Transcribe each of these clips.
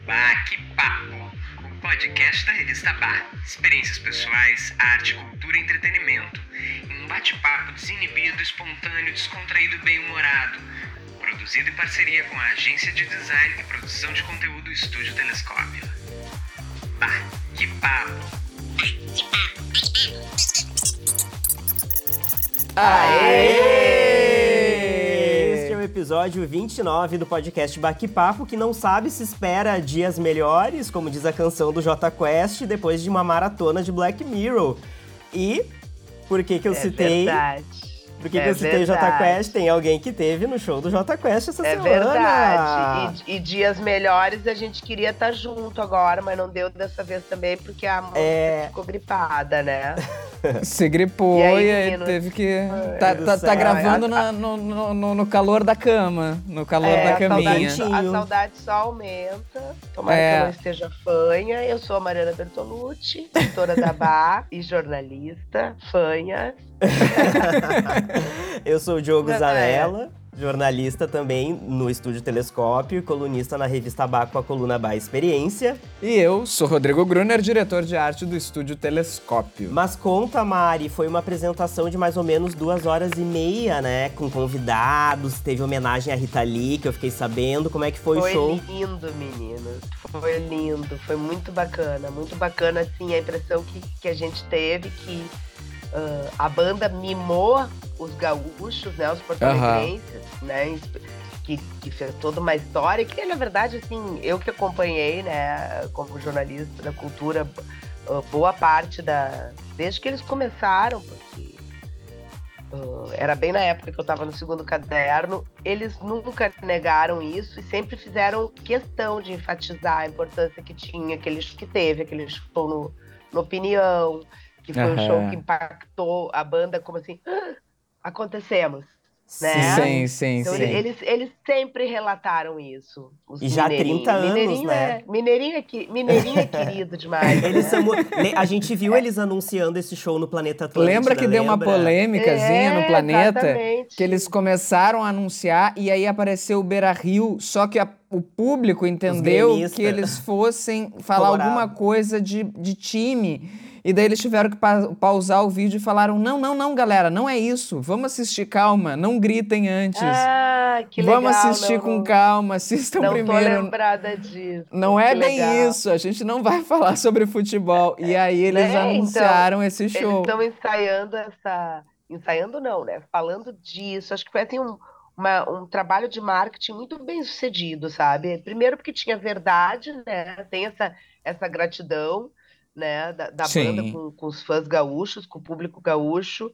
Bah, que papo! O podcast da revista Bah. Experiências pessoais, arte, cultura e entretenimento. Em um bate-papo desinibido, espontâneo, descontraído e bem-humorado. Produzido em parceria com a agência de design e produção de conteúdo Estúdio Telescópio. Bah, que papo! Aê! Este é o episódio 29 do podcast Bate-Papo, que não sabe se espera dias melhores, como diz a canção do Jota Quest, depois de uma maratona de Black Mirror. E por que eu citei... Verdade. Por que eu citei o Jota Quest? Tem alguém que teve no show do Jota Quest essa semana. É verdade. E dias melhores a gente queria estar junto agora, mas não deu dessa vez também, porque a moça ficou gripada, né? Se gripou e aí teve que... Tá gravando no calor da cama, no calor da caminha. A saudade só aumenta. Tomara que eu não esteja fanha. Eu sou a Mariana Bertolucci, editora da Bah e jornalista, fanha. Eu sou o Diogo Zanella, jornalista também no Estúdio Telescópio e colunista na revista Bah com a coluna Bah Experiência. E eu sou Rodrigo Gruner, diretor de arte do Estúdio Telescópio. Mas conta, Mari, foi uma apresentação de mais ou menos 2h30, né? Com convidados, teve homenagem à Rita Lee, que eu fiquei sabendo. Como é que foi o show? Foi lindo, meninos. Foi lindo, foi muito bacana, assim, a impressão que a gente teve que a banda mimou os gaúchos, né, os porto-alegrenses, né, que fez toda uma história, que na verdade, assim, eu que acompanhei, né, como jornalista da cultura, boa parte desde que eles começaram, porque era bem na época que eu estava no segundo caderno, eles nunca negaram isso e sempre fizeram questão de enfatizar a importância que teve aquele show no Opinião, que foi um show que impactou a banda como assim, acontecemos, né? Sim. Então, eles sempre relataram isso. E já há 30 anos, né? Mineirinho é querido demais. A gente viu eles anunciando esse show no Planeta Atlântida. Lembra que deu uma polêmicazinha no Planeta? Exatamente. Que eles começaram a anunciar e aí apareceu o Beira-Rio, só que o público entendeu que eles fossem falar alguma coisa de time. E daí eles tiveram que pausar o vídeo e falaram, não, galera, não é isso. Vamos assistir, calma, não gritem antes. Que legal. Vamos assistir com calma, assistam primeiro. Não tô lembrada disso. Não é bem isso, a gente não vai falar sobre futebol. E aí eles anunciaram esse show. Eles estão ensaiando Ensaiando não, né? Falando disso. Acho que foi assim um trabalho de marketing muito bem sucedido, sabe? Primeiro porque tinha verdade, né? Tem essa gratidão, né, da banda com os fãs gaúchos, com o público gaúcho,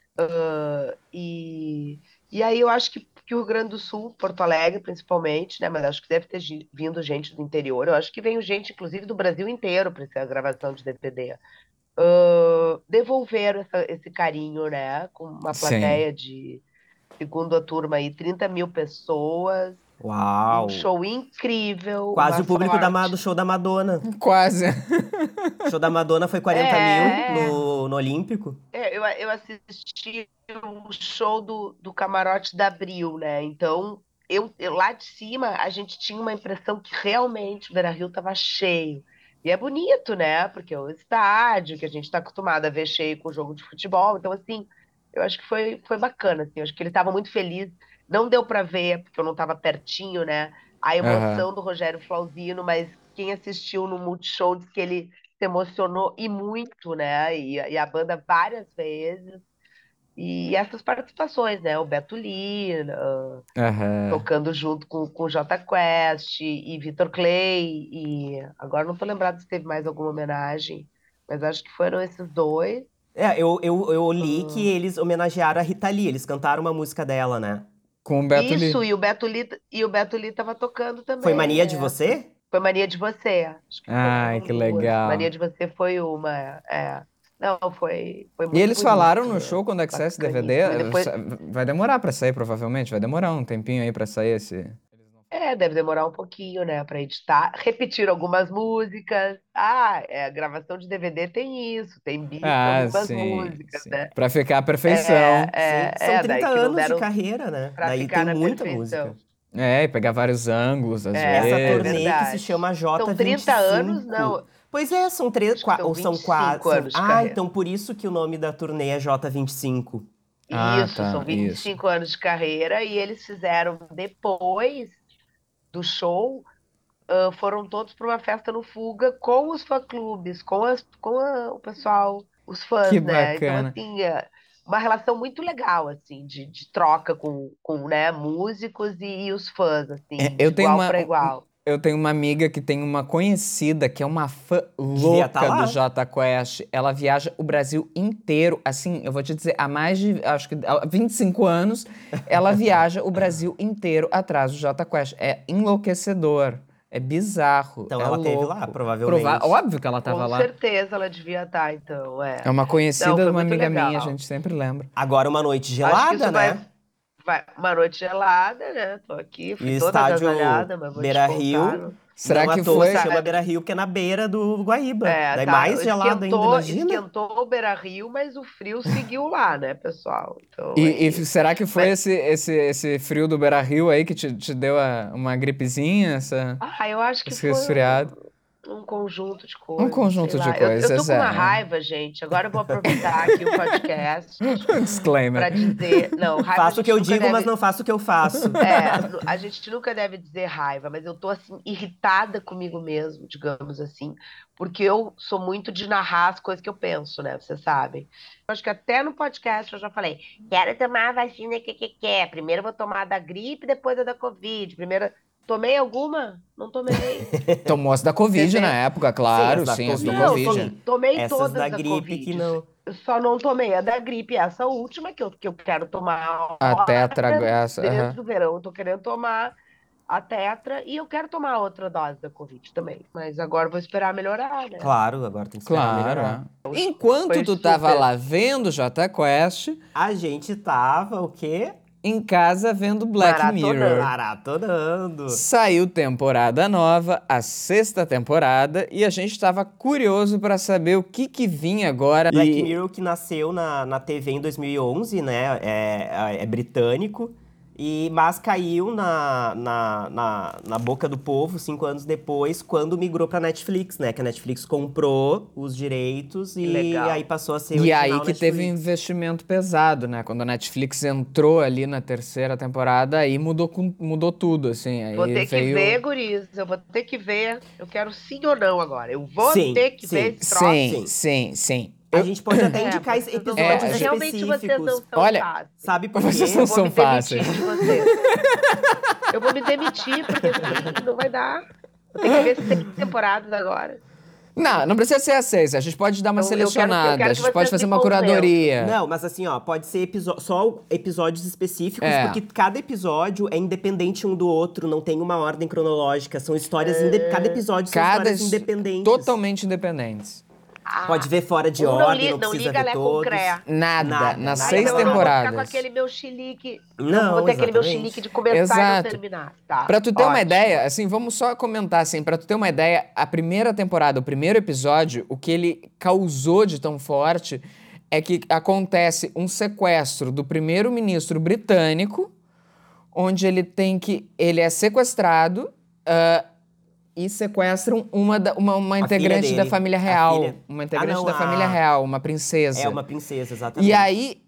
e aí eu acho que o Rio Grande do Sul, Porto Alegre principalmente, né, mas acho que deve ter vindo gente do interior, eu acho que veio gente inclusive do Brasil inteiro para essa gravação de DVD, devolveram esse carinho, né, com uma plateia de, segundo a turma aí, 30 mil pessoas. Uau! Um show incrível. Quase o público do show da Madonna. Quase. O show da Madonna foi 40 mil no Olímpico. Eu assisti o show do camarote da Abril, né? Então, eu lá de cima, a gente tinha uma impressão que realmente o Beira-Rio estava cheio. E é bonito, né? Porque é o estádio, que a gente está acostumado a ver cheio com o jogo de futebol. Então, assim, eu acho que foi bacana, assim. Eu acho que ele estava muito feliz. Não deu para ver, porque eu não estava pertinho, né? A emoção do Rogério Flauzino, mas quem assistiu no Multishow disse que ele se emocionou e muito, né? E a banda várias vezes. E essas participações, né? O Beto Lee, tocando junto com o Jota Quest e Vitor Clay. E agora não tô lembrada se teve mais alguma homenagem, mas acho que foram esses dois. Eu li que eles homenagearam a Rita Lee, eles cantaram uma música dela, né? Com o Beto Lee. Isso, e o Beto Lee tava tocando também. Foi Mania de Você? Foi Mania de Você. Acho que Ai, que legal. Mania de Você foi uma, Não, foi muito E eles bonito, falaram no show, quando é que sai esse DVD? Depois... Vai demorar pra sair, provavelmente. Vai demorar um tempinho aí pra sair esse... deve demorar um pouquinho, né, pra editar. Repetir algumas músicas. A gravação de DVD tem isso, tem beat, algumas músicas, né? Pra ficar a perfeição. São 30 anos de carreira, né? Daí tem muita música. E pegar vários ângulos, às vezes. Essa turnê que se chama J25. São 30 anos, não. Pois são 3, ou são 4 anos. Então por isso que o nome da turnê é J25. Isso, são 25 anos de carreira e eles fizeram depois do show, foram todos para uma festa no Fuga com os fã-clubes, com o pessoal, os fãs, que né? Bacana. Então, assim, uma relação muito legal, assim, de troca com né, músicos e os fãs, assim, de igual para igual. Eu tenho uma amiga que tem uma conhecida que é uma fã louca do Jota Quest. Ela viaja o Brasil inteiro. Assim, eu vou te dizer, há mais de, acho que 25 anos, ela viaja o Brasil inteiro atrás do Jota Quest. É enlouquecedor. É bizarro. Então ela esteve lá, provavelmente. Óbvio que ela estava lá. Com certeza ela devia estar, então. É uma conhecida de uma amiga minha, a gente sempre lembra. Agora uma noite gelada, né? Uma noite gelada, né? Tô aqui, fui e toda estádio agasalhada, mas vou Beira-Rio. Será que foi? Chama Beira-Rio porque é na beira do Guaíba. Daí mais gelado ainda, imagina. Esquentou o Beira-Rio, mas o frio seguiu lá, né, pessoal? Então, e será que foi esse frio do Beira-Rio aí que te deu uma gripezinha? Eu acho que foi um conjunto de coisas. Um conjunto de coisas, eu tô com uma raiva, gente. Agora eu vou aproveitar aqui o podcast. Disclaimer. Pra dizer... Não, raiva faço o que eu digo, mas não faço o que eu faço. A gente nunca deve dizer raiva, mas eu tô, assim, irritada comigo mesmo, digamos assim, porque eu sou muito de narrar as coisas que eu penso, né? Vocês sabem. Acho que até no podcast eu já falei, quero tomar a vacina que quer. Primeiro eu vou tomar a da gripe, depois a da Covid. Primeiro... Tomei alguma? Não tomei. Tomou as da Covid na época, claro. Sim, as da Covid. Tomei essas todas da gripe COVID. Que não... Eu só não tomei a da gripe, essa última que eu quero tomar. A tetra, essa. Desde o verão eu tô querendo tomar a tetra e eu quero tomar outra dose da Covid também. Mas agora eu vou esperar melhorar, né? Claro, agora tem que esperar melhorar. Enquanto tu tava lá vendo Jota Quest, a gente tava o quê? Em casa vendo Black Mirror. Maratonando. Saiu temporada nova, a 6ª temporada, e a gente tava curioso pra saber o que vinha agora. Black Mirror que nasceu na TV em 2011, né? É britânico. Mas caiu na boca do povo 5 anos depois, quando migrou pra Netflix, né? Que a Netflix comprou os direitos e aí passou a ser original. E aí que Netflix. Teve investimento pesado, né? Quando a Netflix entrou ali na 3ª temporada, aí mudou tudo, assim. Aí vou ter que ver, guris. Eu vou ter que ver. Eu quero sim ou não agora. Eu vou ter que ver esse troço. Sim. A gente pode até indicar episódios específicos. Realmente vocês não são fáceis. Sabe por quê? Vocês não são fáceis. Eu vou me demitir, porque assim, não vai dar. Vou ter que ver 6 temporadas agora. Não precisa ser a 6. A gente pode dar uma selecionada. Eu quero a gente pode fazer uma curadoria. Não, mas assim, pode ser só episódios específicos, porque cada episódio é independente um do outro, não tem uma ordem cronológica. São histórias cada episódio são histórias independentes. Totalmente independentes. Pode ver fora de ordem, não precisa ver todos. Nada. Nas 6 temporadas. Eu vou ficar com aquele meu chilique. Não, vou ter aquele meu chilique de começar e não terminar. Tá, pra tu ter uma ideia, assim, vamos só comentar, assim, pra tu ter uma ideia, a primeira temporada, o primeiro episódio, o que ele causou de tão forte é que acontece um sequestro do primeiro-ministro britânico, onde ele é sequestrado, e sequestram uma integrante da família real. Uma integrante da família real, uma princesa. É uma princesa, exatamente. E aí,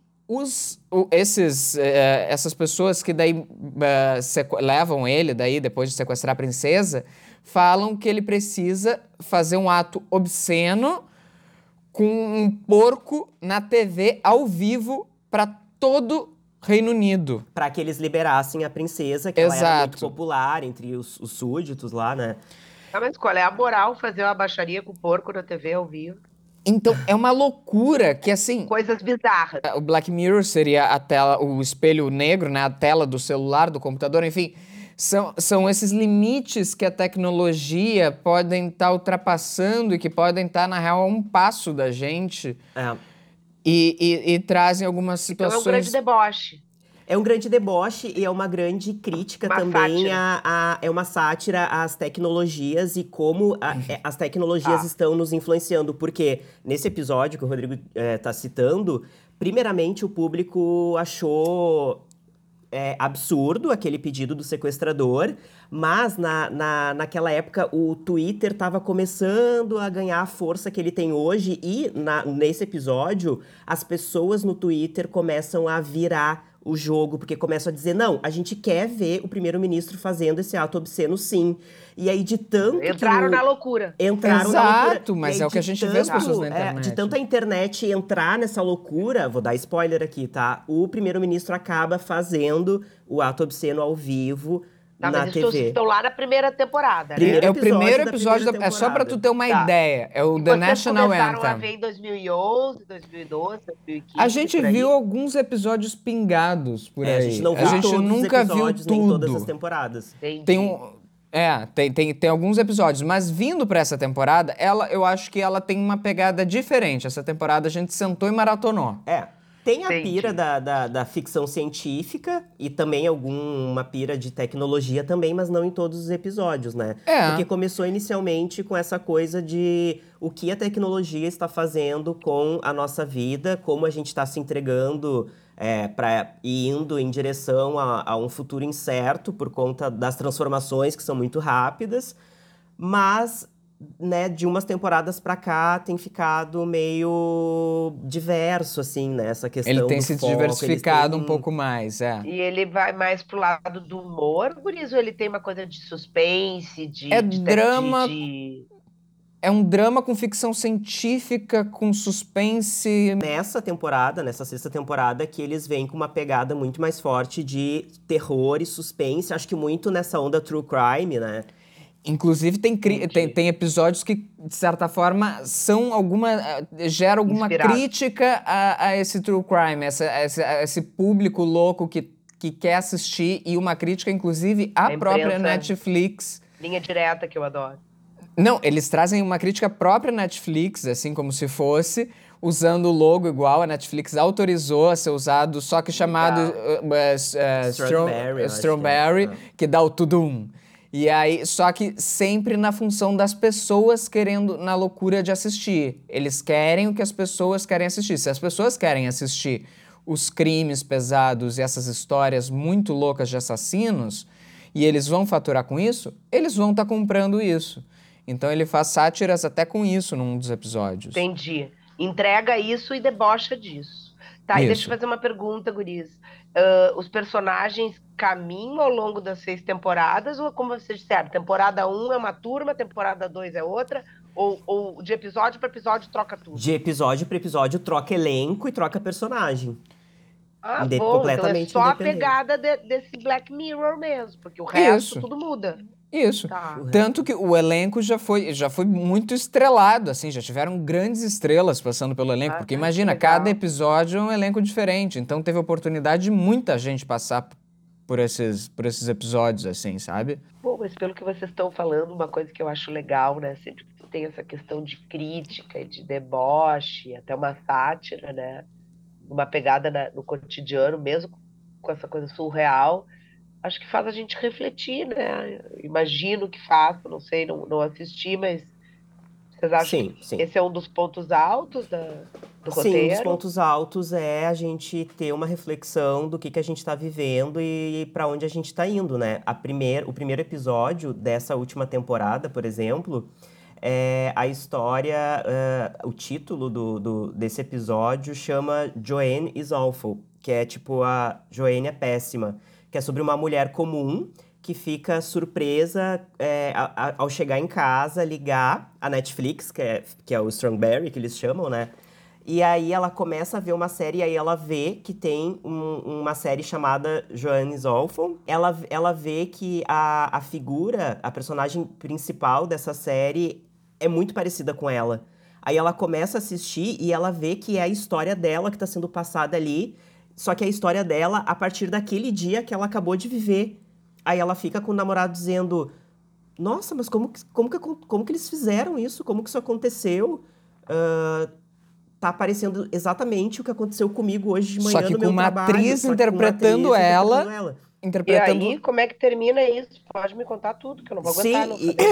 essas pessoas que daí levam ele, daí, depois de sequestrar a princesa, falam que ele precisa fazer um ato obsceno com um porco na TV ao vivo para todo Reino Unido. Pra que eles liberassem a princesa, que ela era muito popular entre os súditos lá, né? Mas qual é a moral fazer uma baixaria com o porco na TV ao vivo? Então, é uma loucura que, assim... Coisas bizarras. O Black Mirror seria a tela, o espelho negro, né? A tela do celular, do computador, enfim. São esses limites que a tecnologia podem estar ultrapassando e que podem estar, na real, a um passo da gente. E trazem algumas situações... Então é um grande deboche. É um grande deboche e é uma grande crítica também. É uma sátira às tecnologias e como as tecnologias estão nos influenciando. Porque nesse episódio que o Rodrigo tá citando, primeiramente o público achou absurdo aquele pedido do sequestrador, mas naquela época o Twitter estava começando a ganhar a força que ele tem hoje e nesse episódio as pessoas no Twitter começam a virar o jogo, porque começam a dizer, não, a gente quer ver o primeiro-ministro fazendo esse ato obsceno sim. E aí de tanto Entraram na loucura. Entraram na loucura. Exato, mas é o que a gente vê as pessoas na internet. De tanto a internet entrar nessa loucura, vou dar spoiler aqui, tá? O primeiro-ministro acaba fazendo o ato obsceno ao vivo na TV. Estão lá na primeira temporada, né? É o primeiro episódio é só pra tu ter uma ideia. É o The National Anthem. Vocês começaram a ver em 2011, 2012, 2015. A gente viu alguns episódios pingados por aí. A gente não viu todos nunca os episódios, viu nem tudo. todas as temporadas. Tem alguns episódios, mas vindo pra essa temporada, eu acho que ela tem uma pegada diferente. Essa temporada a gente sentou e maratonou. Tem a pira da ficção científica e também alguma pira de tecnologia também, mas não em todos os episódios, né? Porque começou inicialmente com essa coisa de o que a tecnologia está fazendo com a nossa vida, como a gente está se entregando e indo em direção a um futuro incerto por conta das transformações que são muito rápidas, mas né, de umas temporadas pra cá tem ficado meio diverso, assim, né? Essa questão ele tem do se foco, diversificado um pouco mais, E ele vai mais pro lado do humor, por isso ele tem uma coisa de suspense, de drama. De... É um drama com ficção científica, com suspense. Nessa temporada, nessa sexta temporada, que eles vêm com uma pegada muito mais forte de terror e suspense. Acho que muito nessa onda true crime, né? Inclusive, tem episódios que, de certa forma, geram alguma crítica a esse true crime, a esse público louco que quer assistir, e uma crítica, inclusive, à própria Netflix. Linha direta, que eu adoro. Não, eles trazem uma crítica à própria Netflix, assim como se fosse, usando o logo igual. A Netflix autorizou a ser usado, só que chamado Strawberry, que dá o tudum. E aí, só que sempre na função das pessoas querendo, na loucura de assistir. Eles querem o que as pessoas querem assistir. Se as pessoas querem assistir os crimes pesados e essas histórias muito loucas de assassinos, e eles vão faturar com isso, eles vão estar comprando isso. Então ele faz sátiras até com isso num dos episódios. Entendi. Entrega isso e debocha disso. Tá, e deixa eu fazer uma pergunta, guris. Os personagens caminham ao longo das 6 temporadas, ou como vocês disseram, temporada 1 é uma turma, temporada 2 é outra, ou de episódio para episódio troca tudo? De episódio para episódio troca elenco e troca personagem. Bom, completamente então é só a pegada desse Black Mirror mesmo, porque o resto tudo muda. Isso. Tá. Tanto que o elenco já foi muito estrelado, assim, já tiveram grandes estrelas passando pelo elenco, porque imagina, cada episódio é um elenco diferente, então teve a oportunidade de muita gente passar por esses episódios, assim, sabe? Bom, mas pelo que vocês estão falando, uma coisa que eu acho legal, né, sempre que tem essa questão de crítica e de deboche, até uma sátira, né, uma pegada no cotidiano, mesmo com essa coisa surreal, acho que faz a gente refletir, né? Imagino que faça, não sei, não assisti, mas vocês acham que esse é um dos pontos altos do roteiro? Sim, um dos pontos altos é a gente ter uma reflexão do que a gente está vivendo e para onde a gente está indo, né? O primeiro episódio dessa última temporada, por exemplo, a história, o título desse episódio chama Joanne is Awful, que é tipo a Joanne é péssima, que é sobre uma mulher comum que fica surpresa ao chegar em casa, ligar a Netflix, que é o Strawberry, que eles chamam, né? E aí ela começa a ver uma série, e aí ela vê que tem uma série chamada Joanne is Awful. Ela vê que a figura, a personagem principal dessa série é muito parecida com ela. Aí ela começa a assistir e ela vê que é a história dela que está sendo passada ali, só que é a história dela a partir daquele dia que ela acabou de viver. Aí ela fica com o namorado dizendo, nossa, mas como que eles fizeram isso? Como que isso aconteceu? Tá aparecendo exatamente o que aconteceu comigo hoje de manhã no meu trabalho. Só que interpretando ela. E aí, como é que termina isso? Pode me contar tudo, que eu não vou aguentar.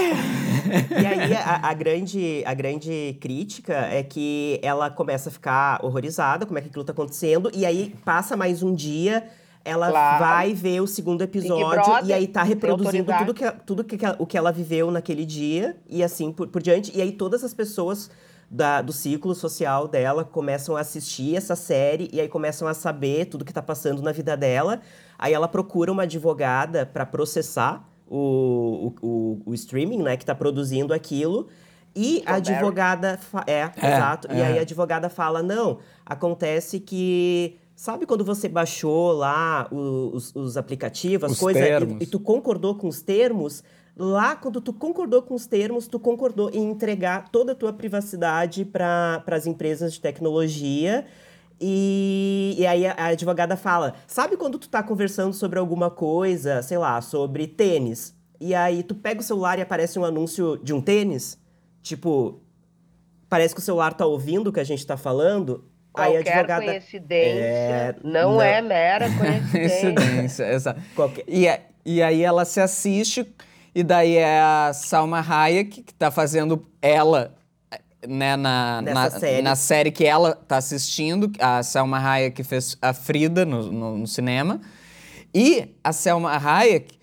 E aí, a grande crítica é que ela começa a ficar horrorizada, como é que aquilo tá acontecendo, e aí passa mais um dia, ela Claro. vai ver o segundo episódio Brother, e aí tá reproduzindo autoridade. tudo o que ela viveu naquele dia e assim por diante. E aí todas as pessoas do ciclo social dela começam a assistir essa série e aí começam a saber tudo que tá passando na vida dela. Aí ela procura uma advogada para processar o streaming, né, que tá produzindo aquilo. E a advogada... exato. E aí a advogada fala, não, acontece que... Sabe quando você baixou lá os aplicativos, as coisas, e tu concordou com os termos? Lá, quando tu concordou com os termos, tu concordou em entregar toda a tua privacidade para as empresas de tecnologia. E aí a advogada fala, sabe quando tu tá conversando sobre alguma coisa, sei lá, sobre tênis, e aí tu pega o celular e aparece um anúncio de um tênis? Tipo, parece que o celular tá ouvindo o que a gente tá falando. Aí a Qualquer advogada... coincidência não é mera coincidência. Exato. E aí ela se assiste, e daí é a Salma Hayek que tá fazendo ela, né, na série que ela tá assistindo. A Salma Hayek fez a Frida no cinema. E a Salma Hayek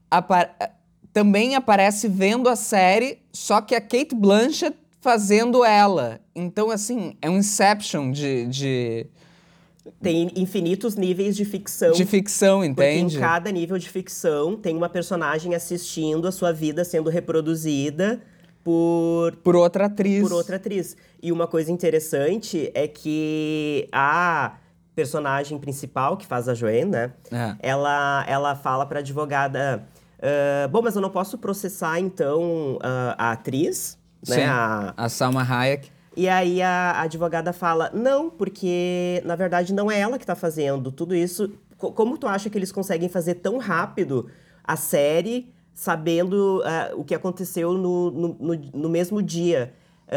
também aparece vendo a série, só que a Cate Blanchett fazendo ela. Então, assim, é um Inception de... Tem infinitos níveis de ficção. De ficção, entende? Porque em cada nível de ficção tem uma personagem assistindo a sua vida sendo reproduzida por outra atriz. Por outra atriz. E uma coisa interessante é que a personagem principal, que faz a Joanne, né? Ela fala pra advogada... bom, mas eu não posso processar, então, a atriz... Sim, né? A Salma Hayek. E aí a advogada fala, não, porque na verdade não é ela que tá fazendo tudo isso. Como tu acha que eles conseguem fazer tão rápido a série, sabendo o que aconteceu no mesmo dia?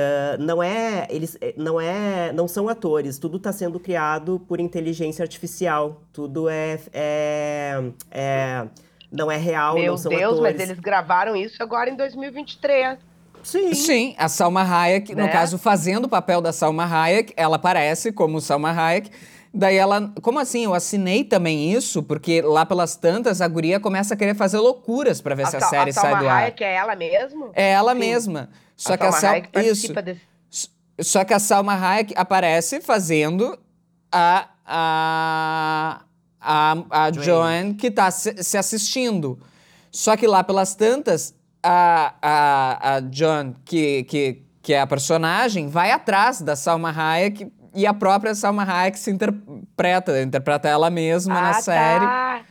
Não são atores, tudo tá sendo criado por inteligência artificial. Tudo não é real, não são atores. Meu Deus, mas eles gravaram isso agora em 2023. Sim, a Salma Hayek, no caso, fazendo o papel da Salma Hayek, ela aparece como Salma Hayek. Daí ela... Como assim? Eu assinei também isso, porque lá pelas tantas a guria começa a querer fazer loucuras pra ver se a série sai do ar. A Salma Hayek é ela mesma? É ela mesma. Só que a Salma Hayek participa desse... Só que a Salma Hayek aparece fazendo a Joanne que tá se assistindo. Só que lá pelas tantas... A John, que é a personagem, vai atrás da Salma Hayek e a própria Salma Hayek se interpreta ela mesma na série.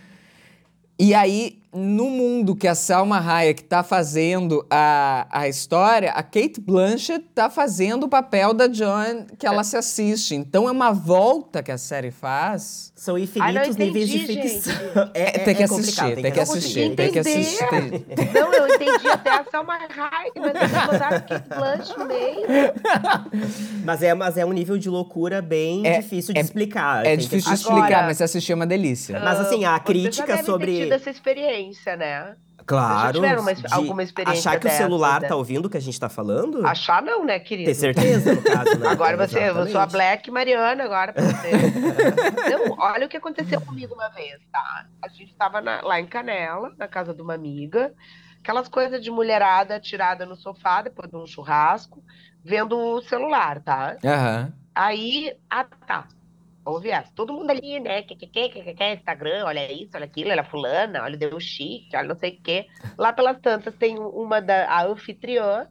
E aí, no mundo que a Salma Hayek tá fazendo a história, a Cate Blanchett tá fazendo o papel da Joan que ela se assiste. Então é uma volta que a série faz. São infinitos níveis de ficção. Tem que assistir, tem que assistir. Não, eu entendi até a Salma Hayek, mas eles botaram a Cate Blanchett no meio. Mas é um nível de loucura bem difícil de explicar. É difícil de explicar, mas assistir é uma delícia. Mas assim, a crítica sobre... dessa experiência, né? Claro. Vocês já tiveram alguma experiência achar que o celular tá ouvindo o que a gente tá falando? Achar não, né, querido? Ter certeza, no caso, né? Agora eu sou a Black Mariana agora pra você. Não, olha o que aconteceu comigo uma vez, tá? A gente tava lá em Canela, na casa de uma amiga, aquelas coisas de mulherada tirada no sofá, depois de um churrasco, vendo o celular, tá? Aí, tá. Ouve essa. Todo mundo ali, né? Instagram, olha isso, olha aquilo, olha fulana, olha deu chique, olha não sei o quê. Lá pelas tantas tem a anfitriã,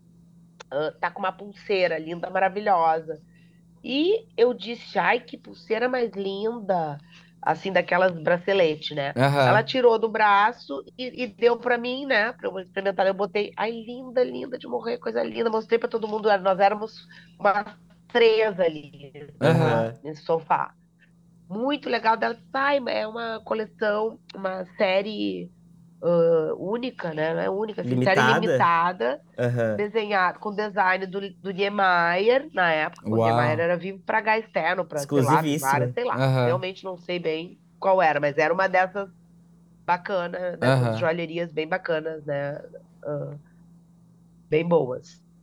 tá com uma pulseira linda, maravilhosa. E eu disse, ai, que pulseira mais linda. Assim, daquelas bracelete, né? Ela tirou do braço e deu pra mim, né? Pra eu experimentar. Eu botei, ai, linda, linda de morrer, coisa linda. Mostrei pra todo mundo, nós éramos uma 3 ali, nesse sofá. Muito legal dela. Pai, é uma coleção, uma série única, né? Não é única, assim, série limitada, desenhada com design do Niemeyer, na época. O Niemeyer era vivo pra gás externo, pra, sei lá, várias, sei lá. Realmente não sei bem qual era, mas era uma dessas bacanas, dessas joalherias bem bacanas, né? Bem boas.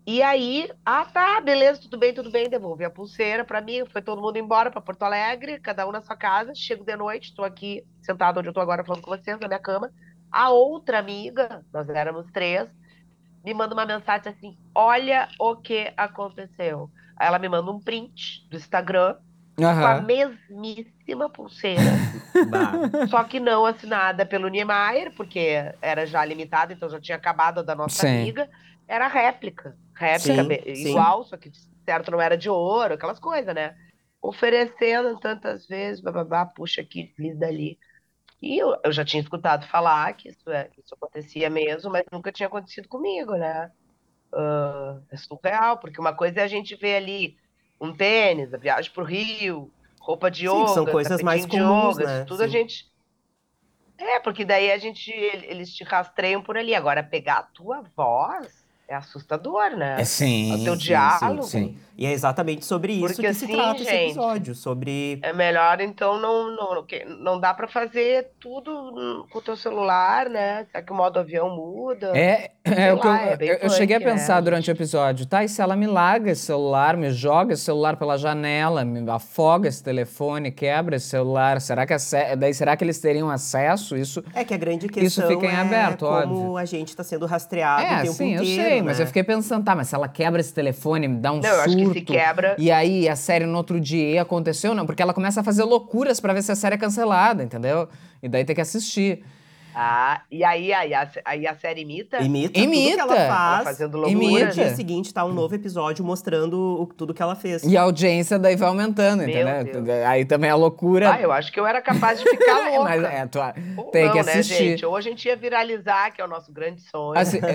E aí, tá, beleza, tudo bem, devolvi a pulseira pra mim, foi todo mundo embora pra Porto Alegre, cada um na sua casa, chego de noite, tô aqui sentada onde eu tô agora falando com vocês, na minha cama. A outra amiga, nós éramos três, me manda uma mensagem assim: olha o que aconteceu. Aí ela me manda um print do Instagram com a Aham. mesmíssima pulseira, só que não assinada pelo Niemeyer, porque era já limitada, então já tinha acabado a da nossa Sim. amiga. Era réplica. Réplica Sim, sim. igual, só que certo não era de ouro, aquelas coisas, né? Oferecendo tantas vezes, bababá, puxa aqui, desliza dali. E eu já tinha escutado falar que isso acontecia mesmo, mas nunca tinha acontecido comigo, né? É surreal, porque uma coisa é a gente ver ali um tênis, a viagem pro Rio, roupa de Sim, que são yoga, coisas mais tapetinho de comuns, yoga, isso né? tudo a Sim. gente. Porque daí eles te rastreiam por ali. Agora, pegar a tua voz é assustador, né? O teu Sim. Sim, sim, sim. diálogo. E é exatamente sobre isso Porque que se assim, trata esse gente, episódio, sobre... é melhor então não dá pra fazer tudo com o teu celular, né? Será que o modo avião muda? É Sei o que lá, é bem eu cheguei a punk, né? pensar durante o episódio, tá? E se ela me larga esse celular, me joga esse celular pela janela, me afoga esse telefone, quebra esse celular, daí será que eles teriam acesso? É que a grande Isso fica questão em é aberto, óbvio. como a gente está sendo rastreado o tempo Sim, eu inteiro, sei, mas eu né? fiquei pensando, tá, mas se ela quebra esse telefone, me dá um Não, eu acho que se surto, quebra. e aí a série no outro dia aconteceu, não, porque ela começa a fazer loucuras pra ver se a série é cancelada, entendeu? E daí tem que assistir. E aí a série imita Imita tudo que ela Imita! ela faz fazendo e no loucuras. dia Imita! seguinte tá um novo episódio mostrando tudo que ela fez. E a audiência daí vai aumentando, Meu entendeu? Deus. Aí também a loucura. Eu acho que eu era capaz de ficar Mas louca. Ou tem que não, né, gente? assistir. Ou a gente ia viralizar, que é o nosso grande sonho. Assim,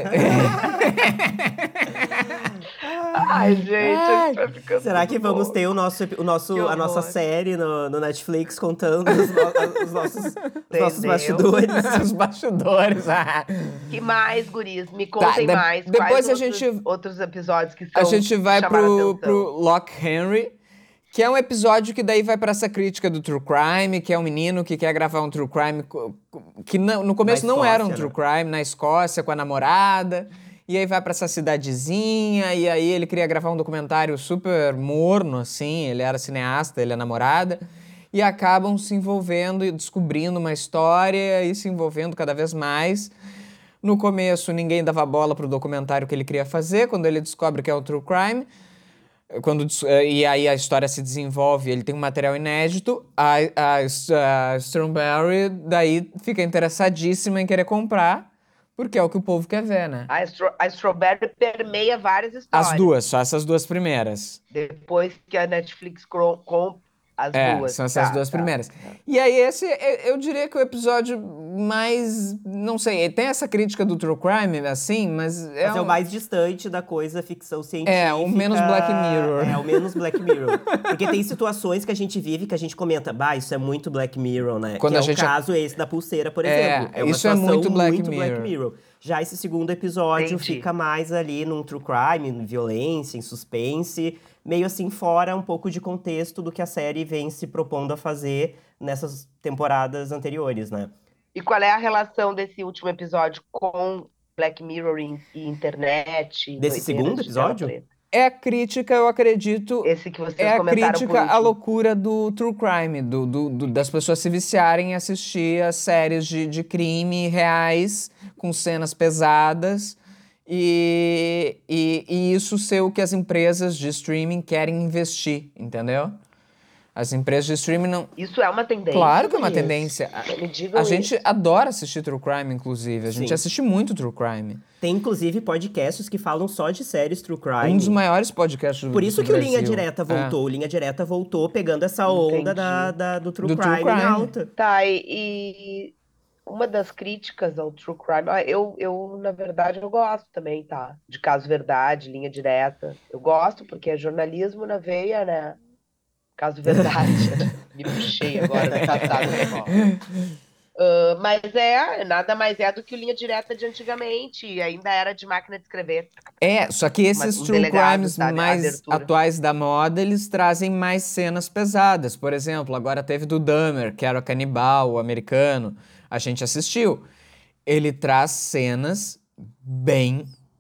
Ai, gente, a gente Ai, vai ficando Será que tudo vamos ter louco. Que a nossa horror. série no Netflix contando os nossos Entendeu? bastidores? os bastidores. Que mais, guris? Me Tá, contem mais. Quais depois outros episódios a gente que vai chamaram pro atenção? Lock Henry, que é um episódio que daí vai pra essa crítica do true crime, que é um menino que quer gravar um true crime que no Na começo não era um Escócia, true né? crime, na Escócia com a namorada. E aí vai pra essa cidadezinha, e aí ele queria gravar um documentário super morno, assim, ele era cineasta, ele é namorada, e acabam se envolvendo e descobrindo uma história e se envolvendo cada vez mais. No começo, ninguém dava bola pro documentário que ele queria fazer, quando ele descobre que é um true crime. E aí a história se desenvolve, ele tem um material inédito, a Strawberry daí fica interessadíssima em querer comprar, porque é o que o povo quer ver, né? A Strawberry permeia várias As histórias. duas, só essas duas primeiras. Depois que a Netflix compra as duas. São essas duas primeiras. E aí eu diria que o episódio mais, não sei, tem essa crítica do true crime, assim, mas Mas é o mais distante da coisa ficção científica. o menos Black Mirror. É, o menos Black Mirror. Porque tem situações que a gente vive que a gente comenta, isso é muito Black Mirror, né? Quando que a é gente- o caso esse da pulseira, por exemplo. É uma isso é situação muito Black Black Mirror. Mirror. Já esse segundo episódio Entendi. fica mais ali num true crime, em violência, em suspense, meio assim fora um pouco de contexto do que a série vem se propondo a fazer nessas temporadas anteriores, né? E qual é a relação desse último episódio com Black Mirror e internet, Desse doideiras segundo de tela episódio? preta? É a crítica, eu acredito, Esse que vocês é a comentaram por crítica à último. loucura do true crime, das pessoas se viciarem em assistir as séries de crime reais, com cenas pesadas, e isso ser o que as empresas de streaming querem investir, entendeu? As empresas de streaming não... Isso é uma tendência, Claro que é uma gurias? tendência. Me digam A gente isso. adora assistir true crime, inclusive. A gente Sim. assiste muito true crime. Tem, inclusive, podcasts que falam só de séries true crime. Um dos maiores podcasts do Por isso do que o Brasil. Linha Direta voltou. O Linha Direta voltou pegando essa onda Entendi. do true Do true crime em crime. alta. Tá, e uma das críticas ao true crime, na verdade, eu gosto também, tá? De Caso Verdade, Linha Direta. Eu gosto porque é jornalismo na veia, né? Caso Verdade. Me puxei agora do passado. Mas nada mais é do que o Linha Direta de antigamente. E ainda era de máquina de escrever. Só que esses Um true delegado, crimes sabe? mais Abertura. atuais da moda, eles trazem mais cenas pesadas. Por exemplo, agora teve do Dahmer, que era o canibal, o americano. A gente assistiu. Ele traz cenas bem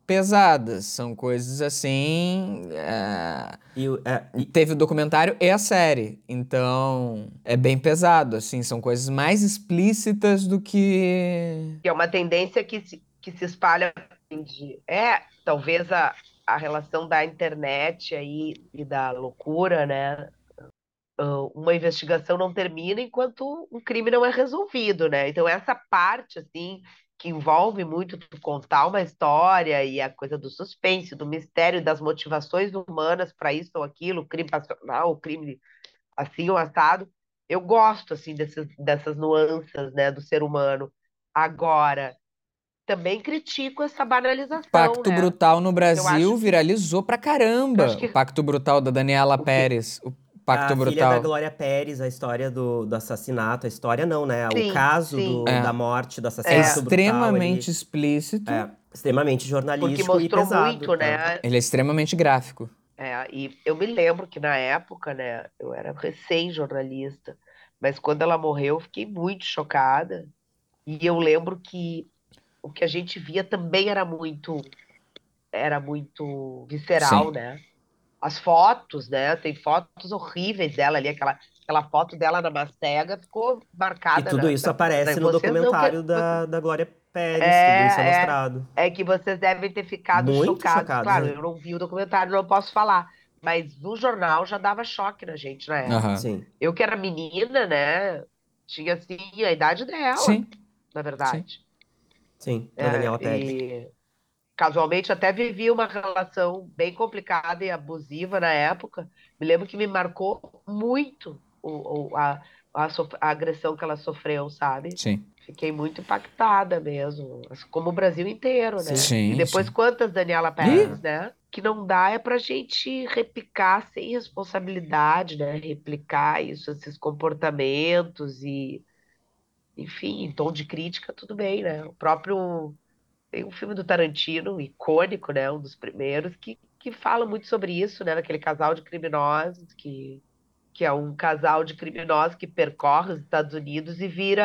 pesadas, são coisas assim... Teve o documentário e a série, então é bem pesado, assim, são coisas mais explícitas do que... É uma tendência que se espalha talvez a relação da internet aí e da loucura, né? Uma investigação não termina enquanto um crime não é resolvido, né? Então essa parte, assim, que envolve muito tu contar uma história e a coisa do suspense, do mistério, das motivações humanas para isso ou aquilo, o crime passional, o crime assim ou assado, eu gosto, assim, dessas nuances, né, do ser humano. Agora, também critico essa banalização, Pacto né? Brutal no Eu Brasil acho viralizou pra eu acho caramba. O que Pacto Brutal da Daniela o quê? Pérez. O Pacto A filha da Brutal. Glória Pérez, a história do assassinato. A história não, né? O Sim, caso sim. da morte, do É assassinato brutal extremamente ali. explícito. É extremamente Porque jornalístico e mostrou pesado, muito, tá? né? Ele é extremamente gráfico. E eu me lembro que na época, né, eu era recém-jornalista, mas quando ela morreu, eu fiquei muito chocada. E eu lembro que o que a gente via também era muito visceral, Sim. né? As fotos, né? Tem fotos horríveis dela ali, aquela foto dela na mastega ficou E marcada tudo isso aparece no vocês não, documentário da Glória Pérez, tudo isso é é, mostrado. é que vocês devem ter ficado Muito chocados. chocados, Claro, né? eu não vi o documentário, não posso falar, mas no jornal já dava choque na gente na época. Aham. Sim, Eu que era menina, né? Tinha assim a idade dela, Sim, na sim. verdade. sim, da Daniela Pérez. E casualmente até vivi uma relação bem complicada e abusiva na época. Me lembro que me marcou muito a agressão que ela sofreu, sabe? Sim. Fiquei muito impactada mesmo, como o Brasil inteiro, né? Sim. E Sim, depois sim. quantas Daniela Ih! Pérez, né? Que não dá é pra gente replicar sem responsabilidade, né? Replicar isso, esses comportamentos e, enfim, em tom de crítica, tudo bem, né? O próprio tem um filme do Tarantino, icônico, né? Um dos primeiros, que fala muito sobre isso, né? Daquele casal de criminosos, que é um casal de criminosos que percorre os Estados Unidos e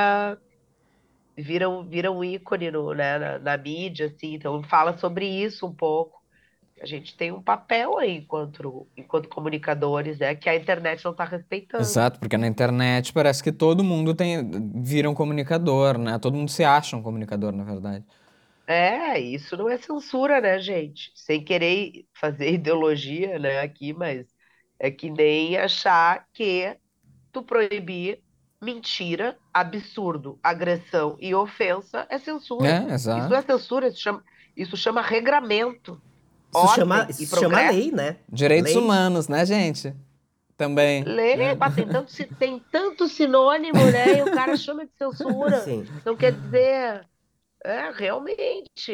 vira um ícone né? Na mídia, assim. Então fala sobre isso um pouco. A gente tem um papel aí enquanto comunicadores, né? Que a internet não está respeitando. Exato, porque na internet parece que todo mundo vira um comunicador, né? Todo mundo se acha um comunicador, na verdade. Isso não é censura, né, gente? Sem querer fazer ideologia, né, aqui, mas é que nem achar que tu proibir mentira, absurdo, agressão e ofensa é censura. É, Isso não é exato. censura, isso chama regramento, Isso ordem e se chama progresso. lei, né? Direitos Lei. humanos, né, gente? Também. Lê, Né? mas tem tanto sinônimo, né? E o cara chama de censura. Sim. Não quer dizer. Realmente.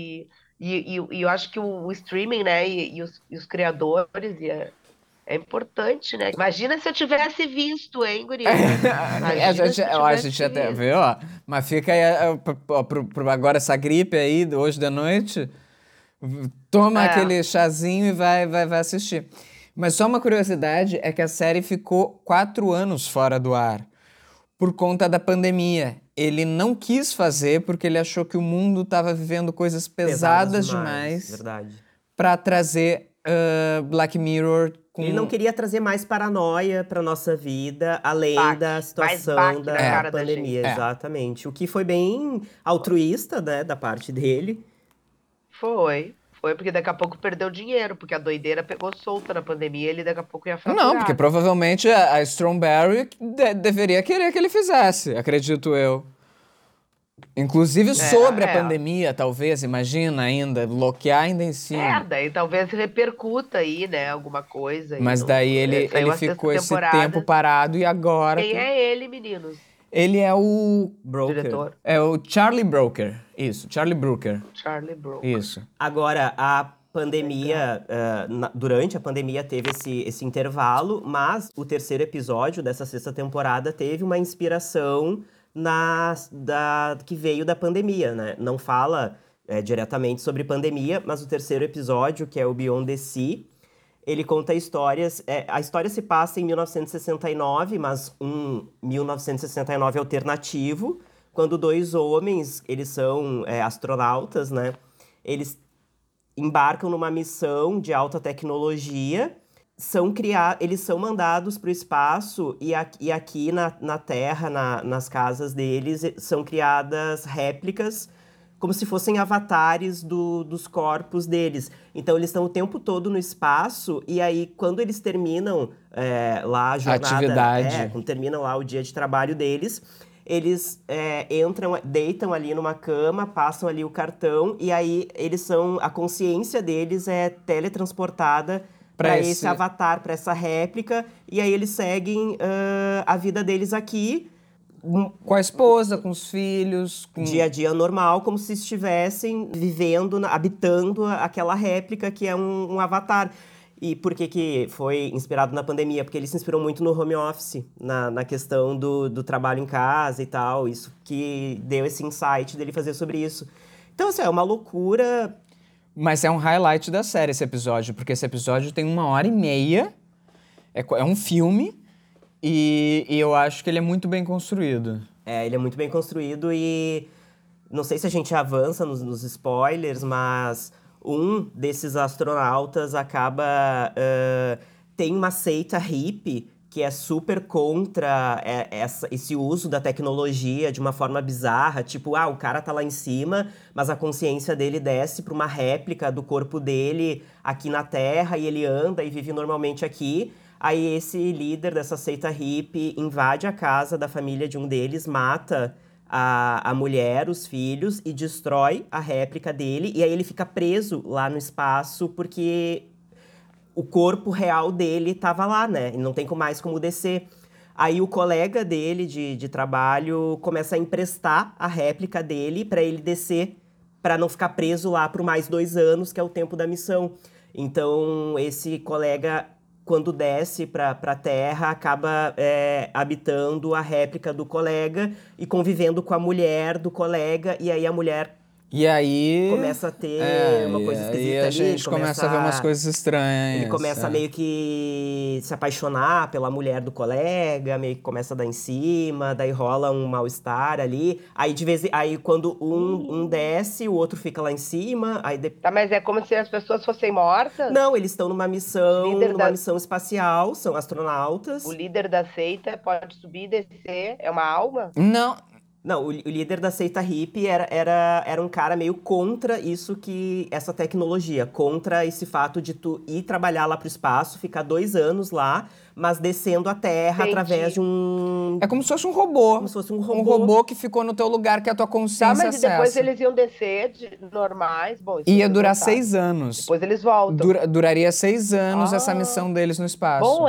E eu acho que o streaming, né, e os criadores, é importante, né? Imagina se eu tivesse visto, hein, guria? Imagina se eu A tivesse gente até visto. viu, ó. Mas fica aí, agora essa gripe aí, hoje da noite. Toma É, aquele chazinho e vai assistir. Mas só uma curiosidade é que a série ficou 4 anos fora do ar por conta da pandemia. Ele não quis fazer porque ele achou que o mundo estava vivendo coisas Pesadas pesadas demais, demais verdade. para trazer Black Mirror Ele não com... queria trazer mais paranoia pra nossa vida, além da mais situação baque na da É, cara da pandemia, gente. é. exatamente. O que foi bem altruísta, né, da parte dele. Foi porque daqui a pouco perdeu dinheiro, porque a doideira pegou solta na pandemia, ele daqui a pouco ia Não, porque faturar. provavelmente a Strawberry deveria querer que ele fizesse, acredito eu. Inclusive sobre a É. pandemia, talvez, imagina ainda, bloquear ainda em cima. Daí talvez repercuta aí, né, alguma coisa aí Mas daí ele saiu a sexta ficou esse tempo temporada. parado e agora Quem que... é ele, meninos? Ele é o... Broker. Diretor É o Charlie Brooker. Isso, Charlie Brooker. Charlie Brooker. Isso. Agora, a Legal. pandemia, durante a pandemia teve esse intervalo, mas o terceiro episódio dessa sexta temporada teve uma inspiração que veio da pandemia, né? Não fala diretamente sobre pandemia, mas o terceiro episódio, que é o Beyond the Sea, ele conta histórias. A história se passa em 1969, mas um 1969 alternativo, quando dois homens, eles são astronautas, né? Eles embarcam numa missão de alta tecnologia, eles são mandados para o espaço e aqui na Terra, nas casas deles, são criadas réplicas como se fossem avatares dos corpos deles. Então, eles estão o tempo todo no espaço e aí, quando eles terminam lá a jornada... Atividade. Quando terminam lá o dia de trabalho deles, eles deitam ali numa cama, passam ali o cartão e aí a consciência deles é teletransportada para esse avatar, para essa réplica, e aí eles seguem a vida deles aqui. Com a esposa, com os filhos. Dia a dia normal, como se estivessem vivendo, habitando aquela réplica que é um avatar. E por que foi inspirado na pandemia? Porque ele se inspirou muito no home office, na questão do trabalho em casa e tal. Isso que deu esse insight dele fazer sobre isso. Então, assim, é uma loucura... Mas é um highlight da série esse episódio, porque esse episódio tem 1h30, é um filme, e eu acho que ele é muito bem construído. Ele é muito bem construído e não sei se a gente avança nos spoilers, mas um desses astronautas tem uma seita hippie que é super contra esse uso da tecnologia de uma forma bizarra. Tipo, o cara tá lá em cima, mas a consciência dele desce para uma réplica do corpo dele aqui na Terra e ele anda e vive normalmente aqui. Aí esse líder dessa seita hippie invade a casa da família de um deles, mata a mulher, os filhos e destrói a réplica dele. E aí ele fica preso lá no espaço porque... o corpo real dele estava lá, né? E não tem mais como descer. Aí o colega dele de trabalho começa a emprestar a réplica dele para ele descer, para não ficar preso lá por mais 2 anos, que é o tempo da missão. Então, esse colega, quando desce para a Terra, acaba habitando a réplica do colega e convivendo com a mulher do colega. E aí a mulher... E aí... começa a ter uma coisa esquisita ali. E a gente começa a ver umas coisas estranhas. Ele começa meio que se apaixonar pela mulher do colega, meio que começa a dar em cima, daí rola um mal-estar ali. Aí quando um desce, o outro fica lá em cima. Tá, mas é como se as pessoas fossem mortas? Não, eles estão numa missão espacial, são astronautas. O líder da seita pode subir e descer, é uma alma? Não, o líder da seita hippie era um cara meio contra essa tecnologia, contra esse fato de tu ir trabalhar lá pro espaço, ficar 2 anos lá, mas descendo a Terra através de um... É como se fosse um robô. Como se fosse um robô. Um robô que ficou no teu lugar, que a tua consciência acessa. Mas depois eles iam descer normais. Bom, ia durar 6 anos. Depois eles voltam. Duraria 6 anos essa missão deles no espaço. Bom,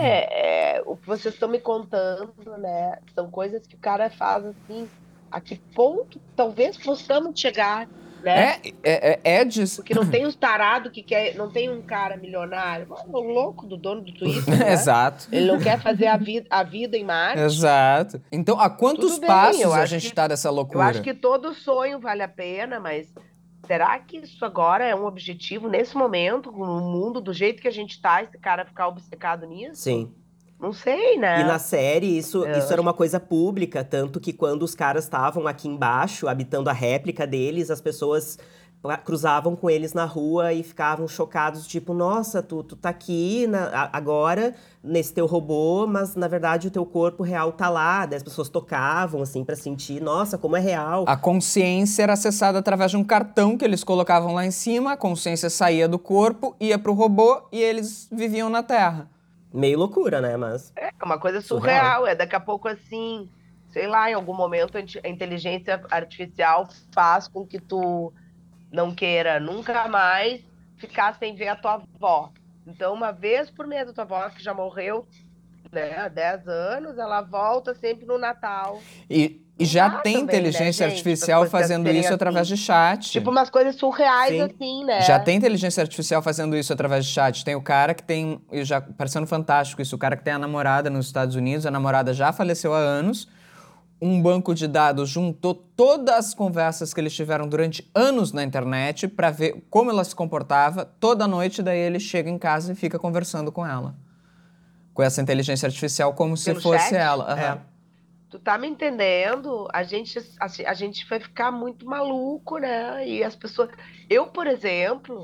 o que vocês estão me contando, né? São coisas que o cara faz assim, a que ponto talvez possamos chegar, né? Porque não tem os tarados que quer, não tem um cara milionário, o louco do dono do Twitter, né? Exato. Ele não quer fazer a vida em Marte. Exato. Então, a quantos passos a gente tá dessa loucura? Eu acho que todo sonho vale a pena, mas será que isso agora é um objetivo nesse momento, no mundo do jeito que a gente tá, esse cara ficar obcecado nisso? Sim. Não sei, né? E na série, isso era uma coisa pública, tanto que quando os caras estavam aqui embaixo, habitando a réplica deles, as pessoas cruzavam com eles na rua e ficavam chocados, tipo, nossa, tu tá aqui agora, nesse teu robô, mas na verdade o teu corpo real tá lá. Daí as pessoas tocavam, assim, pra sentir, nossa, como é real. A consciência era acessada através de um cartão que eles colocavam lá em cima, a consciência saía do corpo, ia pro robô e eles viviam na Terra. Meio loucura, né? Mas é uma coisa surreal. Daqui a pouco, assim, sei lá, em algum momento a inteligência artificial faz com que tu não queira nunca mais ficar sem ver a tua avó. Então, uma vez por mês, a tua avó, que já morreu, né, há 10 anos, ela volta sempre no Natal. E já tem também, inteligência artificial fazendo isso assim, através de chat. Tipo umas coisas surreais, assim, né? Já tem inteligência artificial fazendo isso através de chat. Tem o cara que tem, já parecendo fantástico isso, o cara que tem a namorada nos Estados Unidos, a namorada já faleceu há anos, um banco de dados juntou todas as conversas que eles tiveram durante anos na internet para ver como ela se comportava. Toda noite, daí ele chega em casa e fica conversando com ela. Com essa inteligência artificial como se fosse chat? ela. Tu tá me entendendo? A gente vai ficar muito maluco, né? E as pessoas... Eu, por exemplo,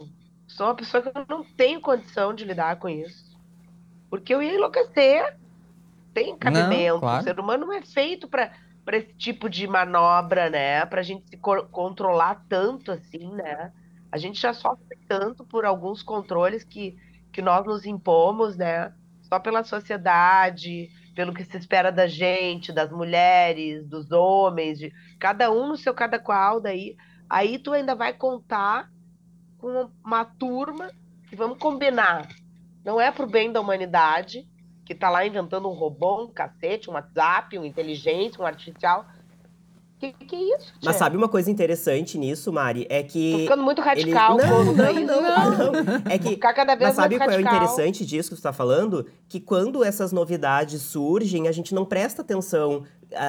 Sou uma pessoa que eu não tenho condição de lidar com isso. Porque eu ia enlouquecer. Tem cabimento. Não, claro. O ser humano não é feito para esse tipo de manobra, né? Pra gente se controlar tanto assim, né? A gente já sofre tanto por alguns controles que nós nos impomos, né? Só pela sociedade, pelo que se espera da gente, das mulheres, dos homens, de cada um no seu cada qual daí. Aí tu ainda vai contar com uma turma que, vamos combinar, não é pro bem da humanidade, que tá lá inventando um robô, um cacete, um WhatsApp, uma inteligência, um artificial. Que é isso, Mas tia? sabe uma coisa interessante nisso, Mari? É Tô que ficando muito eles... radical Não, contra não, isso. não. É Vou que... ficar cada vez Mas sabe mais qual é o radical. interessante disso que tu tá falando? Que quando essas novidades surgem, a gente não presta atenção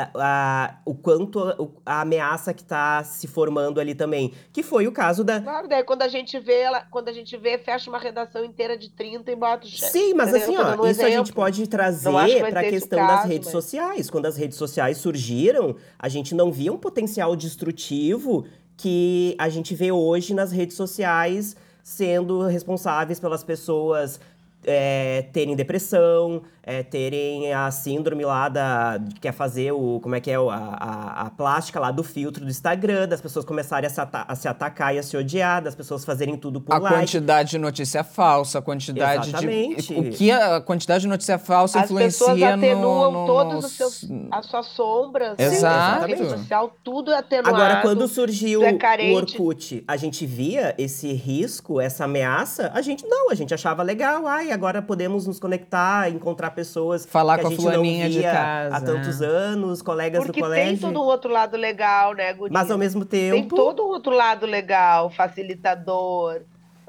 o quanto a ameaça que tá se formando ali também. Que foi o caso da... Claro, daí quando a gente vê, fecha uma redação inteira de 30 e bota o chefe. Sim, mas Entendeu? assim, Tô ó, dando um isso a gente exemplo. pode Não acho que trazer vai para a ser esse o questão das caso, redes mas... sociais. Quando as redes sociais surgiram, a gente não via um potencial destrutivo que a gente vê hoje nas redes sociais sendo responsáveis pelas pessoas terem depressão, terem a síndrome lá de quer fazer como é que é, a plástica lá do filtro do Instagram, das pessoas começarem a se atacar e a se odiar, das pessoas fazerem tudo por A like. quantidade de notícia falsa, a quantidade Exatamente. a quantidade de notícia falsa As pessoas influencia atenuam todos as suas sombras, né? Exato. A rede social, tudo é atenuado. Agora, quando surgiu tu é o carente. Orkut, a gente via esse risco, essa ameaça, a gente achava legal. Ai, agora podemos nos conectar, encontrar pessoas Falar que com a a gente não fulaninha de via casa, há tantos anos, colegas Porque do tem colégio. todo um outro lado legal, né, Guri? Mas ao mesmo Tem tempo, todo um outro lado legal, facilitador,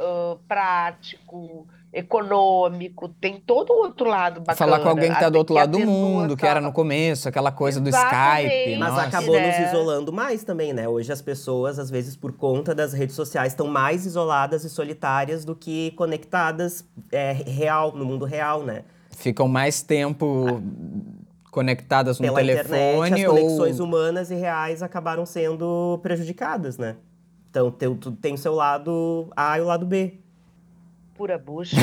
prático, econômico. Tem todo um outro lado bacana. Falar com alguém que tá do outro lado do atenua mundo, que era no começo, aquela coisa do Skype. Exatamente. mas Nossa. acabou nos né? isolando mais também, né? Hoje as pessoas, às vezes, por conta das redes sociais, estão mais isoladas e solitárias do que conectadas no mundo real, né? Ficam mais tempo conectadas no Pela telefone internet, as conexões ou... humanas e reais acabaram sendo prejudicadas, né? Então, tudo tem o seu lado A e o lado B. Pura bucha.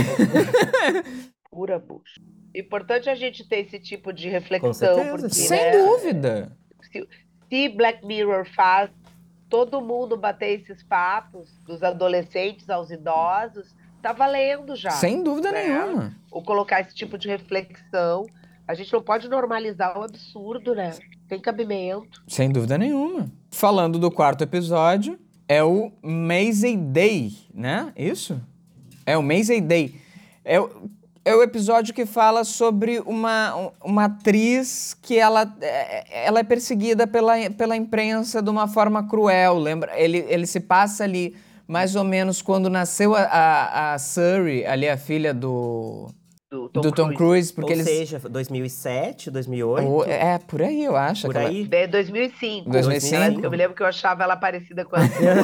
Pura bucha. Importante a gente ter esse tipo de reflexão, Com certeza, porque, sim. Sem né, dúvida. se Black Mirror faz todo mundo bater esses papos, dos adolescentes aos idosos, tá valendo já. Sem dúvida nenhuma. Ou colocar esse tipo de reflexão. A gente não pode normalizar o absurdo, né? Tem cabimento. Sem dúvida nenhuma. Falando do quarto episódio, é o Mazey Day, né? Isso? É o Mazey Day. É o episódio que fala sobre uma atriz que ela é perseguida pela imprensa de uma forma cruel. Lembra? Ele se passa ali mais ou menos quando nasceu a Suri, ali a filha do Tom Cruise, porque Ou seja, 2007, 2008? Por aí, eu acho. Por aí? É 2005. 2005? Eu me lembro que eu achava ela parecida com a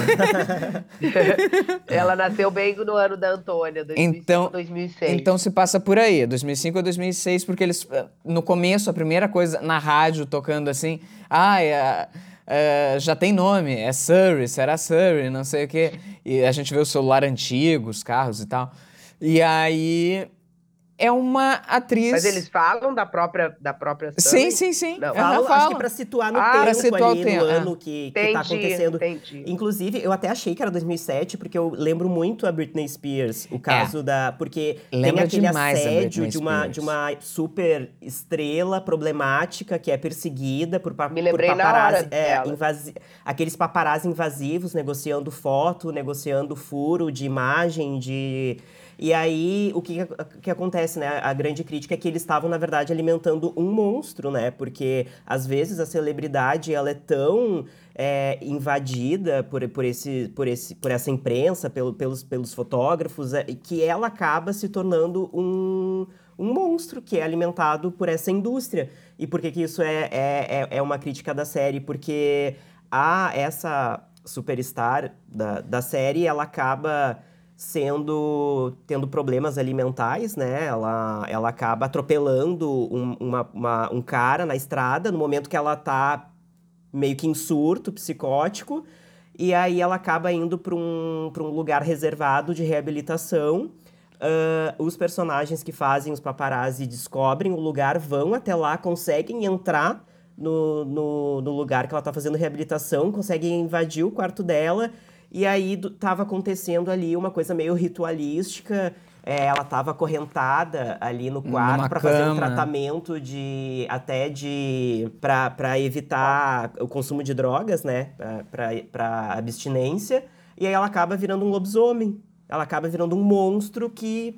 Ela nasceu bem no ano da Antônia, 2005, 2006. Então se passa por aí, 2005 ou 2006, porque eles, no começo, a primeira coisa, na rádio, tocando assim, já tem nome, é Surrey, será Surrey, não sei o quê. E a gente vê o celular antigo, os carros e tal. E aí... É uma atriz... Mas eles falam da própria Sim. Não. Acho que pra situar no tempo ali, no ano que tá acontecendo. Entendi. Inclusive, eu até achei que era 2007, porque eu lembro muito a Britney Spears, o caso porque Lembra tem aquele demais assédio de uma super estrela problemática que é perseguida por paparazzi, aqueles paparazzi invasivos, negociando foto, negociando furo de imagem, E aí, o que acontece, né? A grande crítica é que eles estavam, na verdade, alimentando um monstro, né? Porque, às vezes, a celebridade, ela é tão invadida por essa imprensa, pelos fotógrafos, que ela acaba se tornando um monstro que é alimentado por essa indústria. E por que isso é uma crítica da série? Porque essa superstar da série, ela acaba... tendo problemas alimentares, né? Ela acaba atropelando um cara na estrada no momento que ela tá meio que em surto psicótico. E aí ela acaba indo para um lugar reservado de reabilitação. Os personagens que fazem os paparazzi descobrem o lugar, vão até lá, conseguem entrar no lugar que ela tá fazendo reabilitação, conseguem invadir o quarto dela. E aí tava acontecendo ali uma coisa meio ritualística. Ela tava acorrentada ali no quarto para fazer um tratamento para evitar o consumo de drogas, né? Pra abstinência. E aí ela acaba virando um lobisomem. Ela acaba virando um monstro que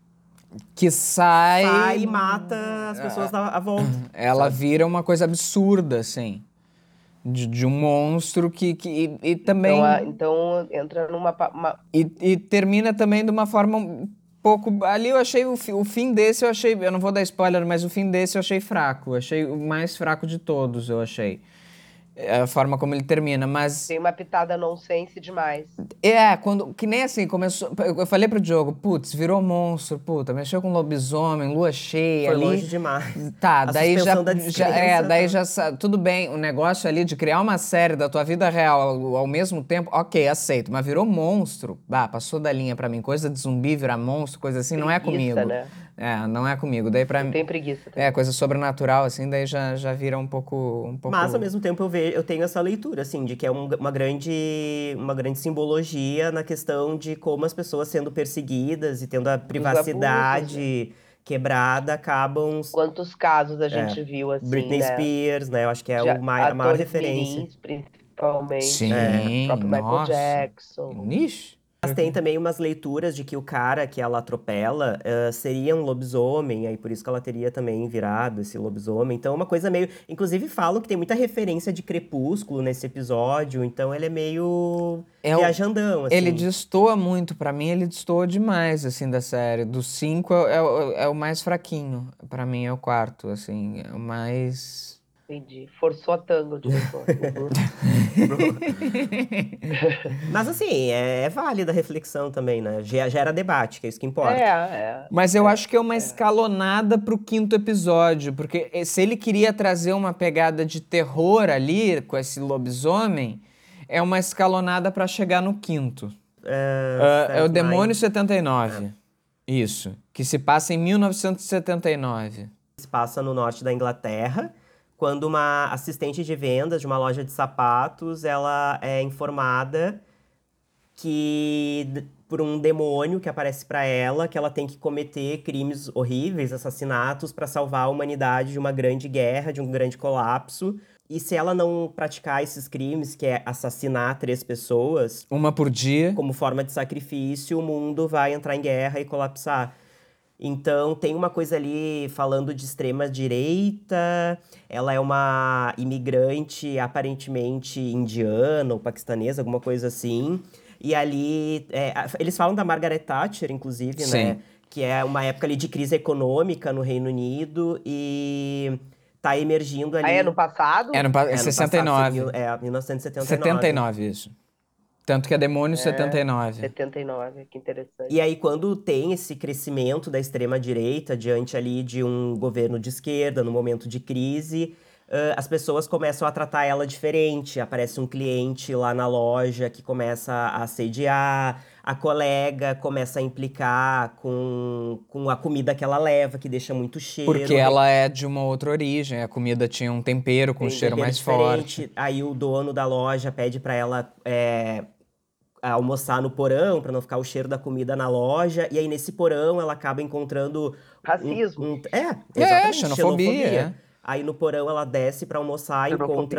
sai e mata as pessoas à volta. Ela vira uma coisa absurda, assim. De um monstro que também... Então entra numa... E termina também de uma forma um pouco... Ali eu achei o fim desse, eu não vou dar spoiler, mas o fim desse eu achei fraco. Eu achei o mais fraco de todos, eu achei. A forma como ele termina, mas... Tem uma pitada nonsense demais. Que nem assim, começou... Eu falei pro Diogo, putz, virou monstro, puta, mexeu com lobisomem, lua cheia Foi ali... longe demais. Tá, daí já... Tudo bem, o negócio ali de criar uma série da tua vida real ao mesmo tempo, ok, aceito, mas virou monstro. Passou da linha pra mim, coisa de zumbi virar monstro, coisa assim, não é comigo. Né? Não é comigo. Daí pra mim... Tem preguiça também. Coisa sobrenatural, assim, daí já vira um pouco... Mas, ao mesmo tempo, eu tenho essa leitura, assim, de que é uma grande simbologia na questão de como as pessoas sendo perseguidas e tendo a privacidade quebrada acabam... Quantos casos a gente viu, assim, Britney Spears, né? Eu acho que é a maior referência. Mirins, principalmente. Sim, o próprio Michael Jackson. Ixi. Mas tem também umas leituras de que o cara que ela atropela seria um lobisomem, aí por isso que ela teria também virado esse lobisomem. Então é uma coisa meio... Inclusive falam que tem muita referência de Crepúsculo nesse episódio, então ele é meio viajandão, assim. Ele destoa muito, pra mim ele destoa demais, assim, da série. Dos 5 é o mais fraquinho, pra mim é o quarto, assim, é o mais... Entendi. Forçou a tango, diretor. Mas assim, é válida a reflexão também, né? Gera debate, que é isso que importa. Mas eu acho que é uma escalonada pro 5º episódio, porque se ele queria trazer uma pegada de terror ali, com esse lobisomem, é uma escalonada pra chegar no 5º. É o Demônio 79. Isso. Que se passa em 1979. Se passa no norte da Inglaterra, quando uma assistente de vendas de uma loja de sapatos, ela é informada por um demônio que aparece para ela, que ela tem que cometer crimes horríveis, assassinatos, para salvar a humanidade de uma grande guerra, de um grande colapso. E se ela não praticar esses crimes, que é assassinar 3 pessoas... Uma por dia. Como forma de sacrifício, o mundo vai entrar em guerra e colapsar. Então, tem uma coisa ali falando de extrema-direita, ela é uma imigrante aparentemente indiana ou paquistanesa, alguma coisa assim. E ali, eles falam da Margaret Thatcher, inclusive, Sim. né? Que é uma época ali de crise econômica no Reino Unido e tá emergindo ali... Aí é no passado? É 69. Passado, 1979. 79, isso. Tanto que é Demônio 79. 79, que interessante. E aí, quando tem esse crescimento da extrema-direita diante ali de um governo de esquerda, no momento de crise, as pessoas começam a tratar ela diferente. Aparece um cliente lá na loja que começa a assediar, a colega começa a implicar com a comida que ela leva, que deixa muito cheiro. Porque ela é de uma outra origem, a comida tinha um tempero com um cheiro mais forte. Aí o dono da loja pede pra ela almoçar no porão, pra não ficar o cheiro da comida na loja. E aí nesse porão ela acaba encontrando... Racismo. Exatamente, xenofobia. Aí no porão ela desce pra almoçar e encontra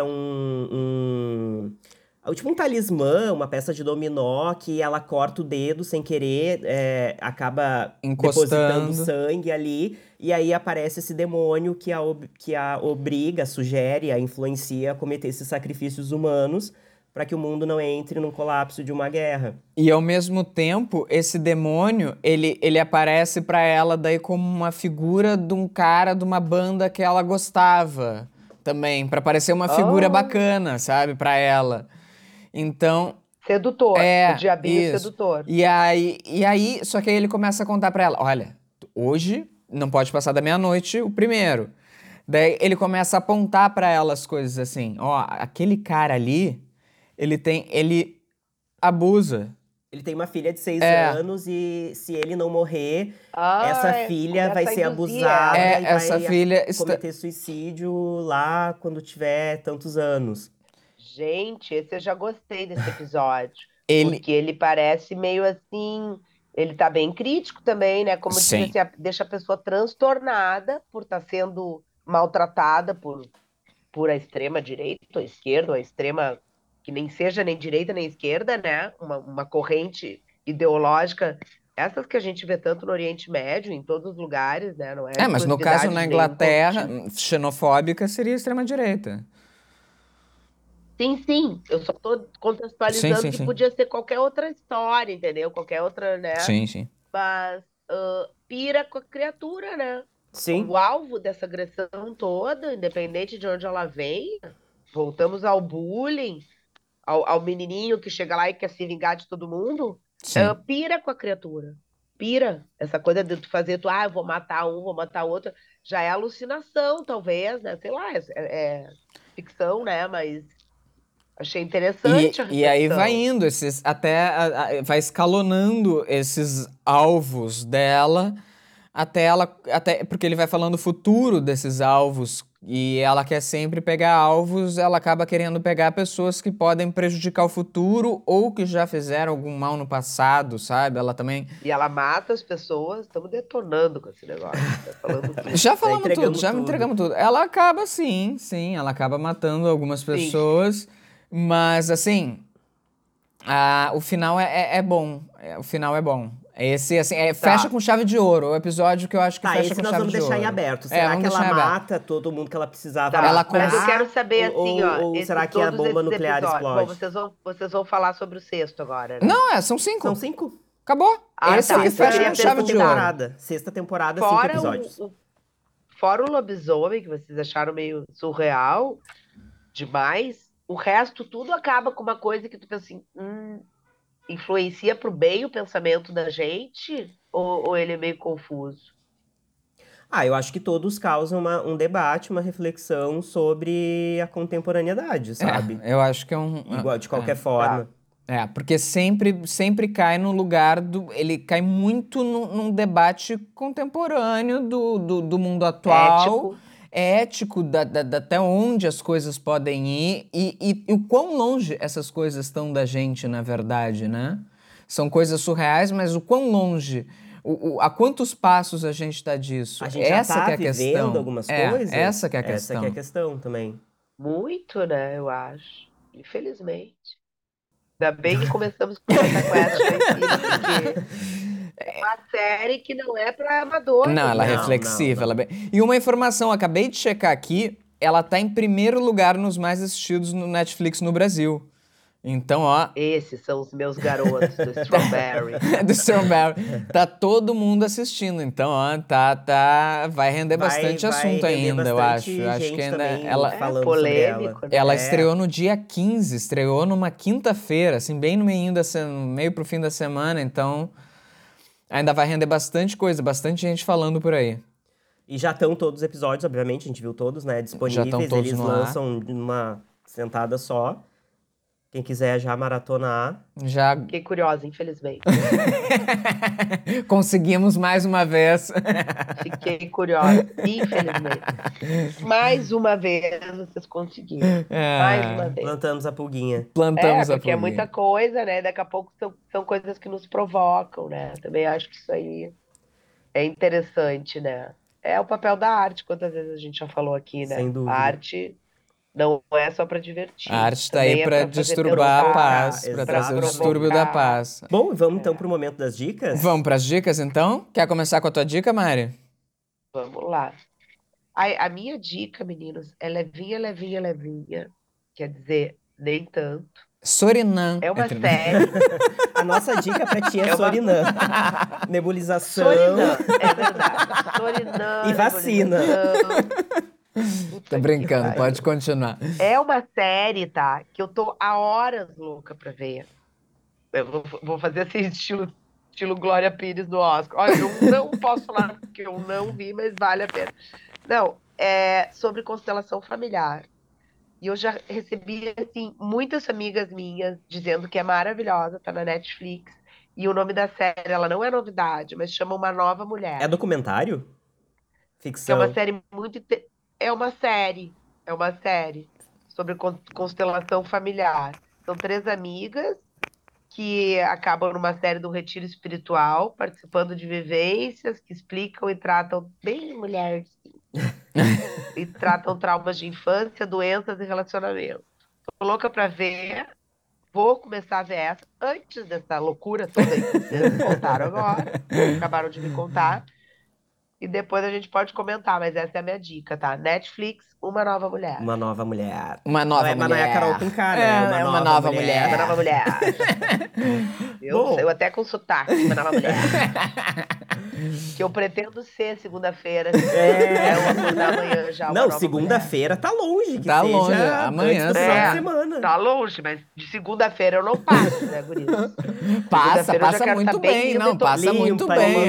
tipo um talismã, uma peça de dominó que ela corta o dedo sem querer, acaba depositando sangue ali. E aí aparece esse demônio que a obriga, sugere, a influencia a cometer esses sacrifícios humanos para que o mundo não entre num colapso de uma guerra. E ao mesmo tempo, esse demônio, ele aparece pra ela daí como uma figura de um cara de uma banda que ela gostava também, pra parecer uma figura bacana, sabe, pra ela. Então... Sedutor, o diabinho sedutor. E aí, só que aí ele começa a contar pra ela, olha, hoje não pode passar da meia-noite o primeiro. Daí ele começa a apontar pra ela as coisas assim, aquele cara ali... Ele abusa. Ele tem uma filha de 6 anos e se ele não morrer, essa filha vai ser abusada e essa vai filha cometer suicídio lá quando tiver tantos anos. Gente, esse eu já gostei desse episódio. Porque ele parece meio assim. Ele tá bem crítico também, né? Como diz assim, deixa a pessoa transtornada por estar sendo maltratada por a extrema direita ou esquerda, ou a extrema que nem seja nem direita nem esquerda, né? Uma corrente ideológica, essas que a gente vê tanto no Oriente Médio, em todos os lugares, né? Não é mas no caso na Inglaterra, xenofóbica seria extrema-direita. Sim, eu só tô contextualizando que podia ser qualquer outra história, entendeu? Qualquer outra, né? Sim. Mas pira com a criatura, né? Sim. O alvo dessa agressão toda, independente de onde ela vem, voltamos ao bullying, ao menininho que chega lá e quer se vingar de todo mundo, pira com a criatura. Pira. Essa coisa de tu fazer, eu vou matar um, vou matar outro, já é alucinação, talvez, né? Sei lá, é ficção, né? Mas achei interessante a reflexão. E aí vai indo, vai escalonando esses alvos dela, porque ele vai falando o futuro desses alvos, e ela quer sempre pegar alvos, ela acaba querendo pegar pessoas que podem prejudicar o futuro ou que já fizeram algum mal no passado, sabe? Ela também... E ela mata as pessoas, estamos detonando com esse negócio. Já falamos tudo, já entregamos tudo. Ela acaba, sim, ela acaba matando algumas pessoas... Sim. Mas, assim, o final é bom. O final é bom. Esse, assim, fecha com chave de ouro. O episódio que eu acho que fecha com chave de ouro. Esse nós vamos deixar em aberto. Será que ela mata todo mundo que ela precisava matar? Mas eu quero saber, assim, ou será que a bomba nuclear explode? Bom, vocês vão falar sobre o sexto agora, né? Não, são 5. São 5? Acabou. Esse é o que fecha com chave de ouro. Sexta temporada, 5 episódios. Fora o lobisomem, que vocês acharam meio surreal demais... O resto, tudo acaba com uma coisa que tu pensa assim, influencia pro bem o pensamento da gente? Ou ele é meio confuso? Eu acho que todos causam um debate, uma reflexão sobre a contemporaneidade, sabe? Eu acho que é igual, de qualquer forma. Porque sempre cai no lugar ele cai muito num debate contemporâneo do mundo atual. Ético até onde as coisas podem ir e o quão longe essas coisas estão da gente, na verdade, né? São coisas surreais, mas o quão longe, a quantos passos a gente está disso? A gente essa já que é a vivendo questão. Algumas coisas. Essa que é a questão. Essa que é a questão também. Muito, né, eu acho. Infelizmente. Ainda bem que começamos com essa quest, porque... É uma série que não é pra amadores. Não, ela é reflexiva. Não. E uma informação, acabei de checar aqui, ela tá em primeiro lugar nos mais assistidos no Netflix no Brasil. Então, Esses são os meus garotos do Strawberry. Do Strawberry. Tá todo mundo assistindo. Então, vai render bastante assunto ainda, eu acho. Eu acho que ainda ela polêmico, né? Ela estreou no dia 15, estreou numa quinta-feira, assim, bem no meio pro fim da semana, então... Ainda vai render bastante coisa, bastante gente falando por aí. E já estão todos os episódios, obviamente, a gente viu todos, né? Disponíveis. Já estão todos eles lançam numa sentada só. Quem quiser já maratonar. Fiquei curiosa, infelizmente. Conseguimos mais uma vez. Fiquei curiosa, infelizmente. Mais uma vez vocês conseguiram. Mais uma vez. Plantamos a pulguinha. Porque é muita coisa, né? Daqui a pouco são coisas que nos provocam, né? Também acho que isso aí é interessante, né? É o papel da arte, quantas vezes a gente já falou aqui, né? Sem dúvida. A arte não é só pra divertir. A arte tá aí pra disturbar a paz, pra trazer o distúrbio da paz. Bom, vamos então pro momento das dicas? Vamos pras dicas, então? Quer começar com a tua dica, Mari? Vamos lá. A minha dica, meninos, é levinha, levinha, levinha. Quer dizer, nem tanto. Surinam. É uma série. A nossa dica pra ti é Surinam. Nebulização. Surinam, é verdade. Surinam. E vacina. Tô brincando, pode continuar. É uma série, tá? Que eu tô há horas louca pra ver. Eu vou fazer assim, estilo Glória Pires no Oscar. Olha, eu não posso falar porque eu não vi, mas vale a pena. Não, é sobre constelação familiar. E eu já recebi, assim, muitas amigas minhas dizendo que é maravilhosa, tá na Netflix. E o nome da série, ela não é novidade, mas chama Uma Nova É Mulher. documentário? Que é uma Ficção? série muito. É uma série. É uma série sobre constelação familiar. São três amigas que acabam numa série do retiro espiritual, participando de vivências que explicam e tratam bem mulher, e tratam traumas de infância, doenças e relacionamento. Tô louca pra ver. Vou começar a ver essa antes dessa loucura toda aí que vocês me contaram agora. Acabaram de me contar. E depois a gente pode comentar, mas essa é a minha dica, tá? Netflix, Uma Nova Mulher. Uma nova mulher. Uma nova mulher. Mas não é a Carol com K, né? É uma nova mulher. Uma Nova Mulher. Eu até com sotaque, Uma Nova Mulher. Que eu pretendo ser segunda-feira. Eu acordar amanhã já. Não, segunda-feira tá longe. Que tá seja longe. Amanhã antes do final de semana. Tá longe, mas de segunda-feira eu não passo, né, guria? Passa muito bem. Não, passa muito bem.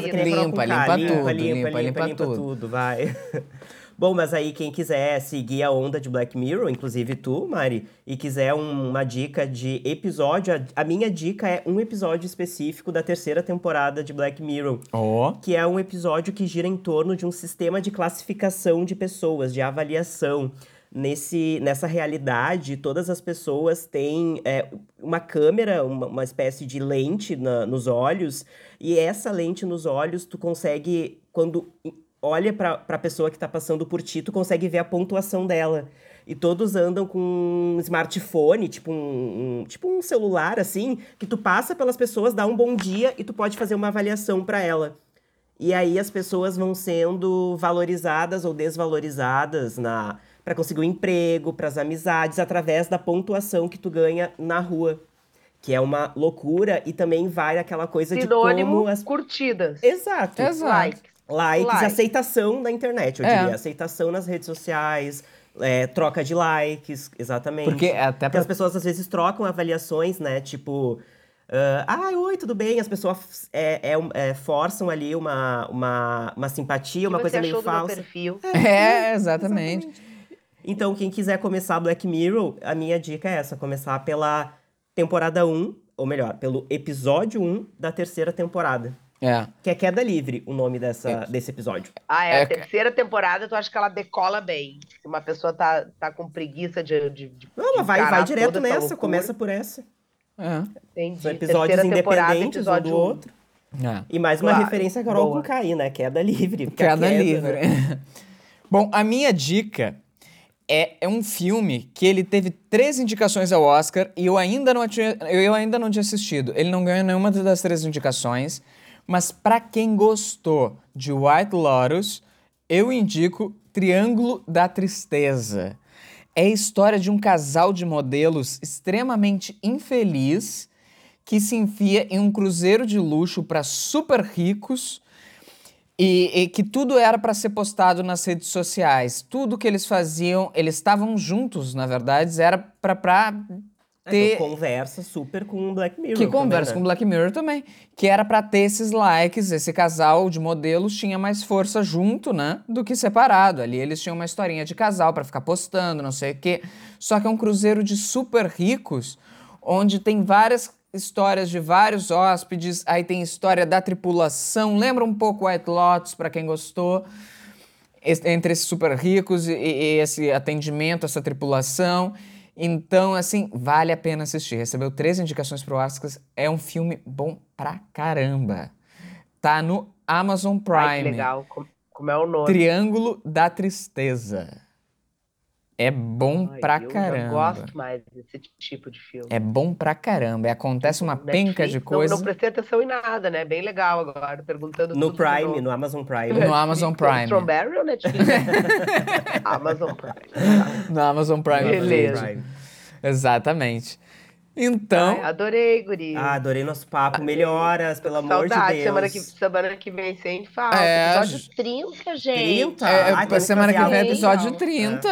Limpa tudo, vai. Bom, mas aí quem quiser seguir a onda de Black Mirror, inclusive tu, Mari, e quiser uma dica de episódio, a minha dica é um episódio específico da 3ª temporada de Black Mirror. Que é um episódio que gira em torno de um sistema de classificação de pessoas, de avaliação. Nessa realidade, todas as pessoas têm uma câmera, uma espécie de lente nos olhos, e essa lente nos olhos tu consegue, quando olha pra pessoa que tá passando por ti, tu consegue ver a pontuação dela. E todos andam com um smartphone, tipo um celular, assim, que tu passa pelas pessoas, dá um bom dia e tu pode fazer uma avaliação pra ela. E aí as pessoas vão sendo valorizadas ou desvalorizadas pra conseguir um emprego, pras amizades, através da pontuação que tu ganha na rua. Que é uma loucura e também vai aquela coisa Sinônimo, de como... as curtidas. Exato. Likes, aceitação na internet, eu diria. Aceitação nas redes sociais, troca de likes, exatamente. Porque as pessoas às vezes trocam avaliações, né? Tipo, oi, tudo bem? As pessoas forçam ali uma simpatia, uma coisa meio falsa. Do meu perfil. Exatamente. Então, quem quiser começar Black Mirror, a minha dica é essa: começar pela temporada 1, ou melhor, pelo episódio 1 da 3ª temporada. Que é Queda Livre, o nome desse episódio. A 3ª temporada, tu acha que ela decola bem? Se uma pessoa tá com preguiça Não, mas vai direto nessa, começa por essa. Entendi. São episódios independentes um do outro. E mais uma referência a Carol com K, né? Queda Livre. Queda Livre. Né? Bom, a minha dica é um filme que ele teve 3 indicações ao Oscar e eu ainda não tinha assistido. Ele não ganhou nenhuma das 3 indicações. Mas para quem gostou de White Lotus, eu indico Triângulo da Tristeza. É a história de um casal de modelos extremamente infeliz que se enfia em um cruzeiro de luxo para super ricos e que tudo era para ser postado nas redes sociais. Tudo que eles faziam, eles estavam juntos, na verdade, era para ter... conversa super com Black Mirror. Que conversa com Black Mirror também. Que era pra ter esses likes, esse casal de modelos tinha mais força junto, né? Do que separado. Ali eles tinham uma historinha de casal pra ficar postando, não sei o quê. Só que é um cruzeiro de super ricos, onde tem várias histórias de vários hóspedes, aí tem história da tripulação. Lembra um pouco White Lotus, pra quem gostou. Entre esses super ricos e esse atendimento, essa tripulação. Então, assim, vale a pena assistir. Recebeu 3 indicações pro Oscar. É um filme bom pra caramba. Tá no Amazon Prime. Ai, que legal. Como é o nome? Triângulo da Tristeza. É bom pra caramba. Eu gosto mais desse tipo de filme. É bom pra caramba. Acontece uma penca de coisa. Não prestei atenção em nada, né? Bem legal agora, perguntando no tudo Prime, no Amazon Prime. No Amazon Prime. Strawberry ou Netflix? Amazon Prime. No Amazon Prime. Beleza. Exatamente. Então... adorei, guri. Adorei nosso papo. Melhoras, pelo amor de Deus. Semana que vem sem falta. Episódio 30, gente. 30? Semana que vem é episódio 30.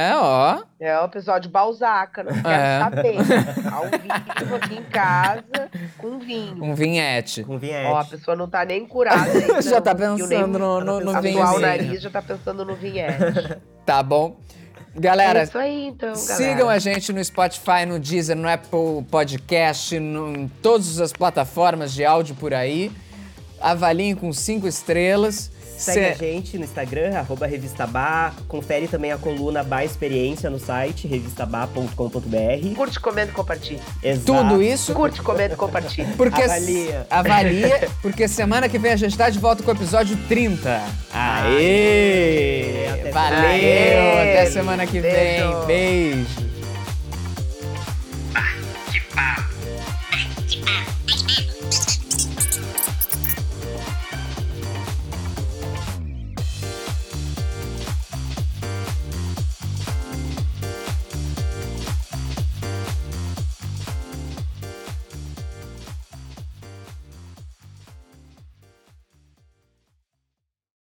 É o episódio Balzaca. Não quero saber. Ao vivo aqui em casa, com vinho. Um vinhete. Com vinhete. A pessoa não tá nem curada ainda. Já tá pensando no vinho. O nariz já tá pensando no vinhete. Tá bom. Galera, É isso aí, então, sigam a gente no Spotify, no Deezer, no Apple Podcast, em todas as plataformas de áudio por aí. Avaliem com 5 estrelas. Segue a gente no Instagram, @revistabá. Confere também a coluna Bá Experiência no site, revistabá.com.br. Curte, comenta e compartilha. Exato. Tudo isso. Curte, comenta e compartilha. Porque Avalia. Porque semana que vem a gente tá de volta com o episódio 30. Aê! Até Valeu! Aê! Até semana que vem. Beijo. Beijo! Ah, que papo!